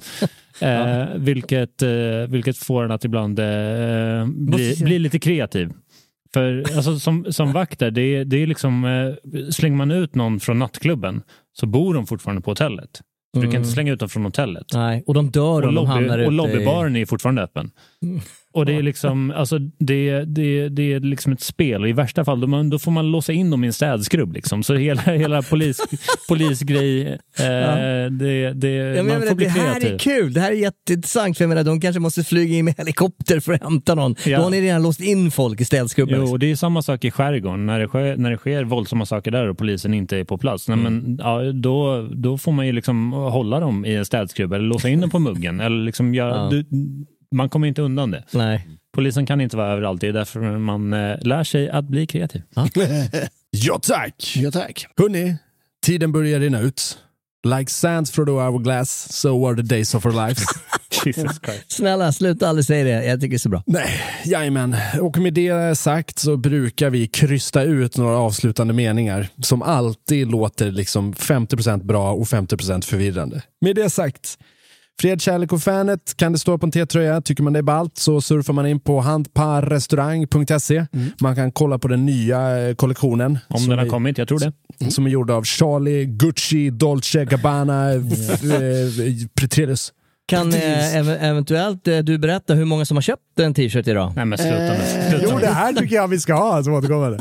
Vilket får en att ibland bli lite kreativ. För alltså, som vakter, det är liksom slänger man ut någon från nattklubben så bor de fortfarande på hotellet. Så du kan inte slänga ut dem från hotellet. Nej, och de dör och de hamnar ute. Och lobbybaren är fortfarande öppen. Och det är liksom, alltså, det är liksom ett spel. Och i värsta fall, då får man låsa in dem i en städskrubb. Liksom. Så hela polisgrej, man får bli kreativ. Det här är kul, det här är jätteintressant. För jag menar, de kanske måste flyga in med helikopter för att hämta någon. Ja. Då har ni redan låst in folk i städskrubben. Jo, det är samma sak i skärgården. När det sker våldsamma saker där och polisen inte är på plats. Men, då får man ju liksom hålla dem i en städskrubb eller låsa in dem på muggen. Eller liksom man kommer inte undan det. Nej. Polisen kan inte vara överallt. Det är därför man lär sig att bli kreativ. Ja tack! Hörrni, tiden börjar rinna ut. Like sands through the hourglass, so are the days of our lives. Jesus Christ. Snälla, sluta aldrig säga det. Jag tycker det är så bra. Nej, jajamän. Och med det sagt så brukar vi krysta ut några avslutande meningar som alltid låter liksom 50% bra och 50% förvirrande. Med det sagt, fred, kärlek och fanet kan det stå på en T-tröja. Tycker man det är ballt så surfar man in på handparrestaurang.se. Man kan kolla på den nya kollektionen. Om den har kommit, jag tror det. Som är gjord av Charlie, Gucci, Dolce, Gabbana, Petrelius. Kan eventuellt du berätta hur många som har köpt en t-shirt idag? Nej, men sluta. Jo, det här tycker jag vi ska ha som återkommande.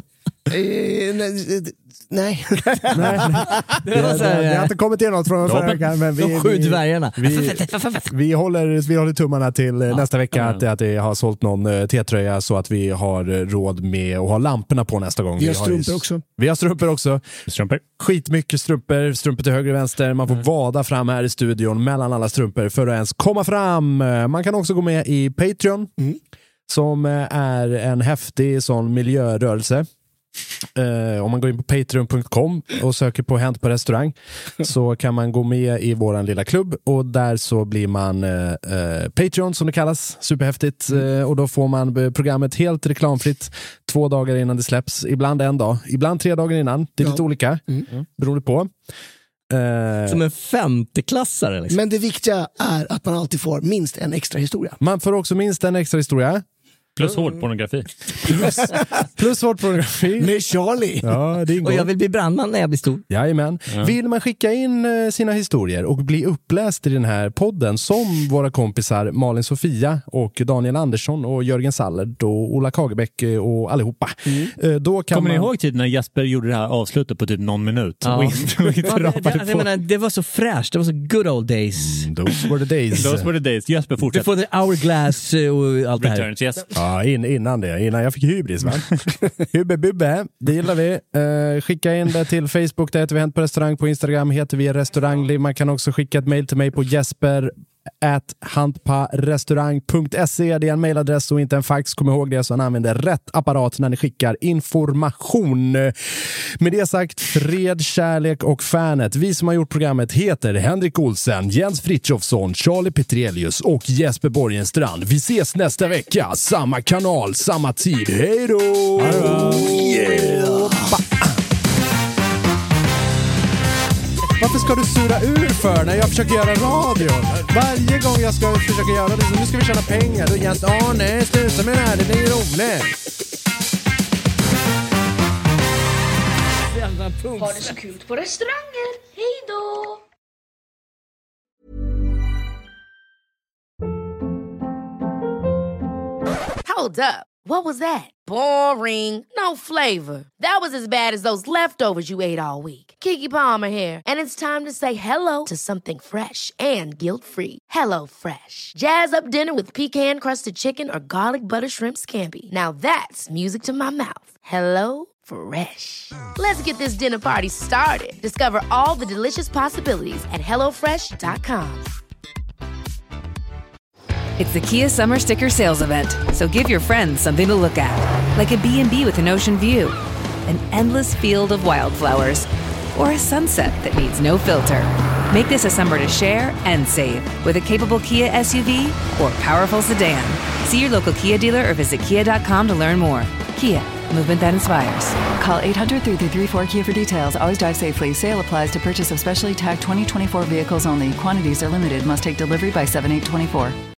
Nej. Det har inte kommit in något från förra veckan, men de 7 dvärgarna. Vi håller tummarna till nästa vecka att det har sålt någon T-tröja så att vi har råd med att ha lamporna på nästa gång. Vi har strumpor också. Vi har strumpor också. Skitmycket strumpor till höger och vänster. Man får vada fram här i studion mellan alla strumpor för att ens komma fram. Man kan också gå med i Patreon som är en häftig sån miljörörelse. Om man går in på patreon.com och söker på Hänt på restaurang så kan man gå med i våran lilla klubb och där så blir man Patreon som det kallas, superhäftigt, och då får man programmet helt reklamfritt 2 dagar innan det släpps, ibland en dag, ibland 3 dagar innan, det är lite olika beroende på. Som en 5:e-klassare liksom. Men det viktiga är att man alltid får minst en extra historia. Man får också minst en extra historia. Plus hård pornografi. Plus hård pornografi. Med Charlie. Ja, det ingår. Och jag vill bli brandman när jag blir stor. Jajamän. Ja. Vill man skicka in sina historier och bli uppläst i den här podden som våra kompisar Malin Sofia och Daniel Andersson och Jörgen Sallert och Ola Kagebäck och allihopa. Då kan Kommer ni ihåg tiden när Jesper gjorde det här avslutet på typ någon minut? Ja. Det var så fräscht. Det var så good old days. Those were the days. Those were the days. Jesper fortsätter. Before the hourglass och allt det här. Returns, yes. Ja, innan jag fick hybris, va? Hubbe, det gillar vi. Skicka in det till Facebook, där heter vi Hänt på restaurang. På Instagram heter vi Restaurangliv. Man kan också skicka ett mejl till mig på jesper@handparestaurang.se. Det är en mejladress och inte en fax. Kom ihåg det så han använder rätt apparat när ni skickar information. Med det sagt, fred, kärlek och fanet. Vi som har gjort programmet heter Henrik Olsen, Jens Fritjofsson, Charlie Petrelius och Jesper Borgenstrand. Vi ses nästa vecka. Samma kanal, samma tid. Hej då! Varför ska du sura ur för när jag försöker göra radio? Varje gång jag ska försöka göra det, så nu ska vi tjäna pengar. Då Jens, nej, sluta med det här, det är roligt. Ha det så kul på restauranger. Hej då! Hold up. What was that? Boring. No flavor. That was as bad as those leftovers you ate all week. Keke Palmer here, and it's time to say hello to something fresh and guilt-free. Hello Fresh. Jazz up dinner with pecan-crusted chicken or garlic butter shrimp scampi. Now that's music to my mouth. Hello Fresh. Let's get this dinner party started. Discover all the delicious possibilities at hellofresh.com. It's the Kia Summer Sticker Sales Event, so give your friends something to look at. Like a B&B with an ocean view, an endless field of wildflowers, or a sunset that needs no filter. Make this a summer to share and save with a capable Kia SUV or powerful sedan. See your local Kia dealer or visit kia.com to learn more. Kia, movement that inspires. Call 800-3334-KIA for details. Always drive safely. Sale applies to purchase of specially tagged 2024 vehicles only. Quantities are limited. Must take delivery by 7/8/24.